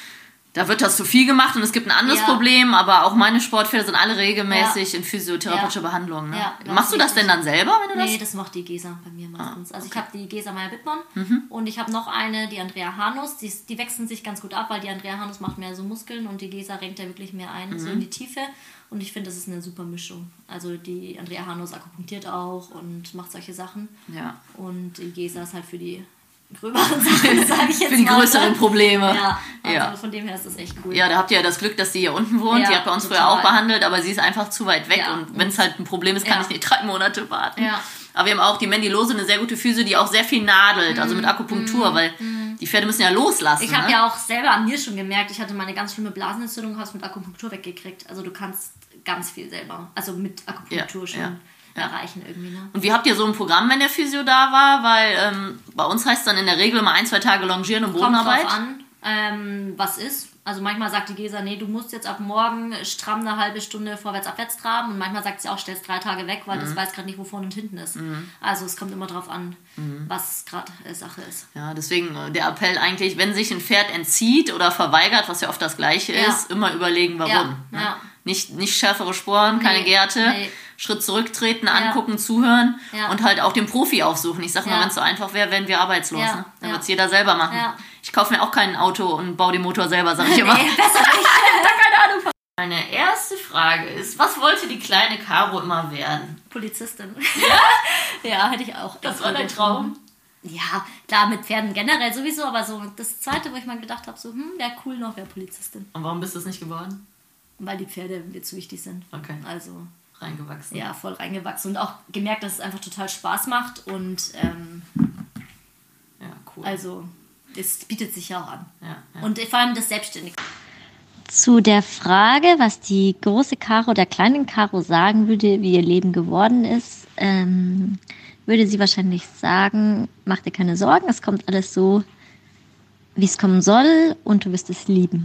da wird das zu viel gemacht und es gibt ein anderes ja. Problem, aber auch meine Sportpferde sind alle regelmäßig ja. in physiotherapeutischer ja. Behandlung. Ne? Ja, machst du das denn dann selber, wenn du nee, das? das macht die Gesa bei mir meistens. Ah, also okay. ich habe die Gesa Meyer-Wittmann mhm. und ich habe noch eine, die Andrea Hanus, die, die wechseln sich ganz gut ab, weil die Andrea Hanus macht mehr so Muskeln und die Gesa renkt ja wirklich mehr ein, mhm. so in die Tiefe. Und ich finde, das ist eine super Mischung. Also die Andrea Hanus akupunktiert auch und macht solche Sachen. Ja. Und die Gesa ist halt für die gröberen Sachen, sage ich jetzt Für die mal. größeren Probleme. Ja, also ja. von dem her ist das echt cool. Ja, da habt ihr ja das Glück, dass sie hier unten wohnt. Ja, die hat bei uns total. früher auch behandelt, aber sie ist einfach zu weit weg. Ja. Und wenn es halt ein Problem ist, kann Ja. ich nicht drei Monate warten. Ja. Aber wir haben auch die Mandy Lose, eine sehr gute Physio, die auch sehr viel nadelt, also mit Akupunktur, mm. weil mm. die Pferde müssen ja loslassen. Ich habe ne? ja auch selber an mir schon gemerkt, ich hatte mal eine ganz schlimme Blasenentzündung, habe es mit Akupunktur weggekriegt. Also du kannst ganz viel selber, also mit Akupunktur Ja, schon ja, ja. erreichen irgendwie. Ne? Und wie habt ihr so ein Programm, wenn der Physio da war? Weil ähm, bei uns heißt es dann in der Regel mal ein, zwei Tage Longieren und Bodenarbeit. Kommt drauf an, ähm, was ist. Also manchmal sagt die Gesa, nee, du musst jetzt ab morgen stramm eine halbe Stunde vorwärts-abwärts traben und manchmal sagt sie auch, stellst drei Tage weg, weil mhm. das weiß gerade nicht, wo vorne und hinten ist. Mhm. Also es kommt immer drauf an, mhm. was gerade äh, Sache ist. Ja, deswegen äh, der Appell eigentlich, wenn sich ein Pferd entzieht oder verweigert, was ja oft das Gleiche ja. ist, immer überlegen, warum. Ja. Ne? Ja. Nicht, nicht schärfere Sporen, nee. keine Gerte, nee. Schritt zurücktreten, ja. angucken, zuhören ja. und halt auch den Profi aufsuchen. Ich sag mal, ja. wenn es so einfach wäre, wären wir arbeitslos. Ja. Ne? Dann ja. wird es jeder selber machen. Ja. Ich kaufe mir auch kein Auto und baue den Motor selber, sag ich immer. Nee, besser nicht. Keine Ahnung. Meine erste Frage ist, was wollte die kleine Caro immer werden? Polizistin. Ja? Ja, hätte ich auch. Das war dein Traum? Ja, klar, mit Pferden generell sowieso, aber so das Zweite, wo ich mal gedacht habe, so, hm, wäre cool noch, wäre Polizistin. Und warum bist du es nicht geworden? Weil die Pferde mir zu wichtig sind. Okay. Also reingewachsen. Ja, voll reingewachsen und auch gemerkt, dass es einfach total Spaß macht und ähm, ja, cool. Also, es bietet sich ja auch an. Ja, ja. Und vor allem das Selbstständige. Zu der Frage, was die große Caro der kleinen Caro sagen würde, wie ihr Leben geworden ist, ähm, würde sie wahrscheinlich sagen, mach dir keine Sorgen, es kommt alles so, wie es kommen soll und du wirst es lieben.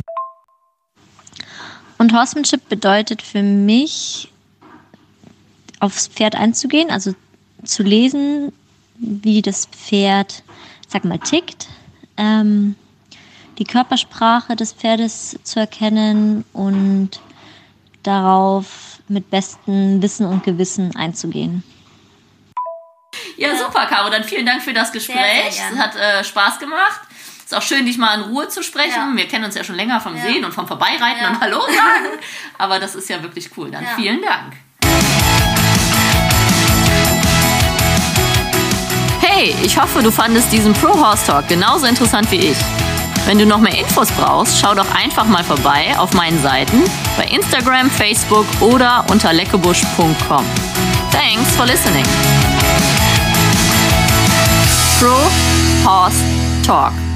Und Horsemanship bedeutet für mich, aufs Pferd einzugehen, also zu lesen, wie das Pferd, sag mal, tickt, ähm, die Körpersprache des Pferdes zu erkennen und darauf mit bestem Wissen und Gewissen einzugehen. Ja, ja, super, Caro. Dann vielen Dank für das Gespräch. Sehr, sehr es hat äh, Spaß gemacht. Ist auch schön, dich mal in Ruhe zu sprechen. Ja. Wir kennen uns ja schon länger vom ja. Sehen und vom Vorbeireiten ja. und Hallo sagen. Aber das ist ja wirklich cool. Dann ja. vielen Dank. Hey, ich hoffe, du fandest diesen Pro Horse Talk genauso interessant wie ich. Wenn du noch mehr Infos brauchst, schau doch einfach mal vorbei auf meinen Seiten bei Instagram, Facebook oder unter leckebusch punkt com. Thanks for listening. Pro Horse Talk.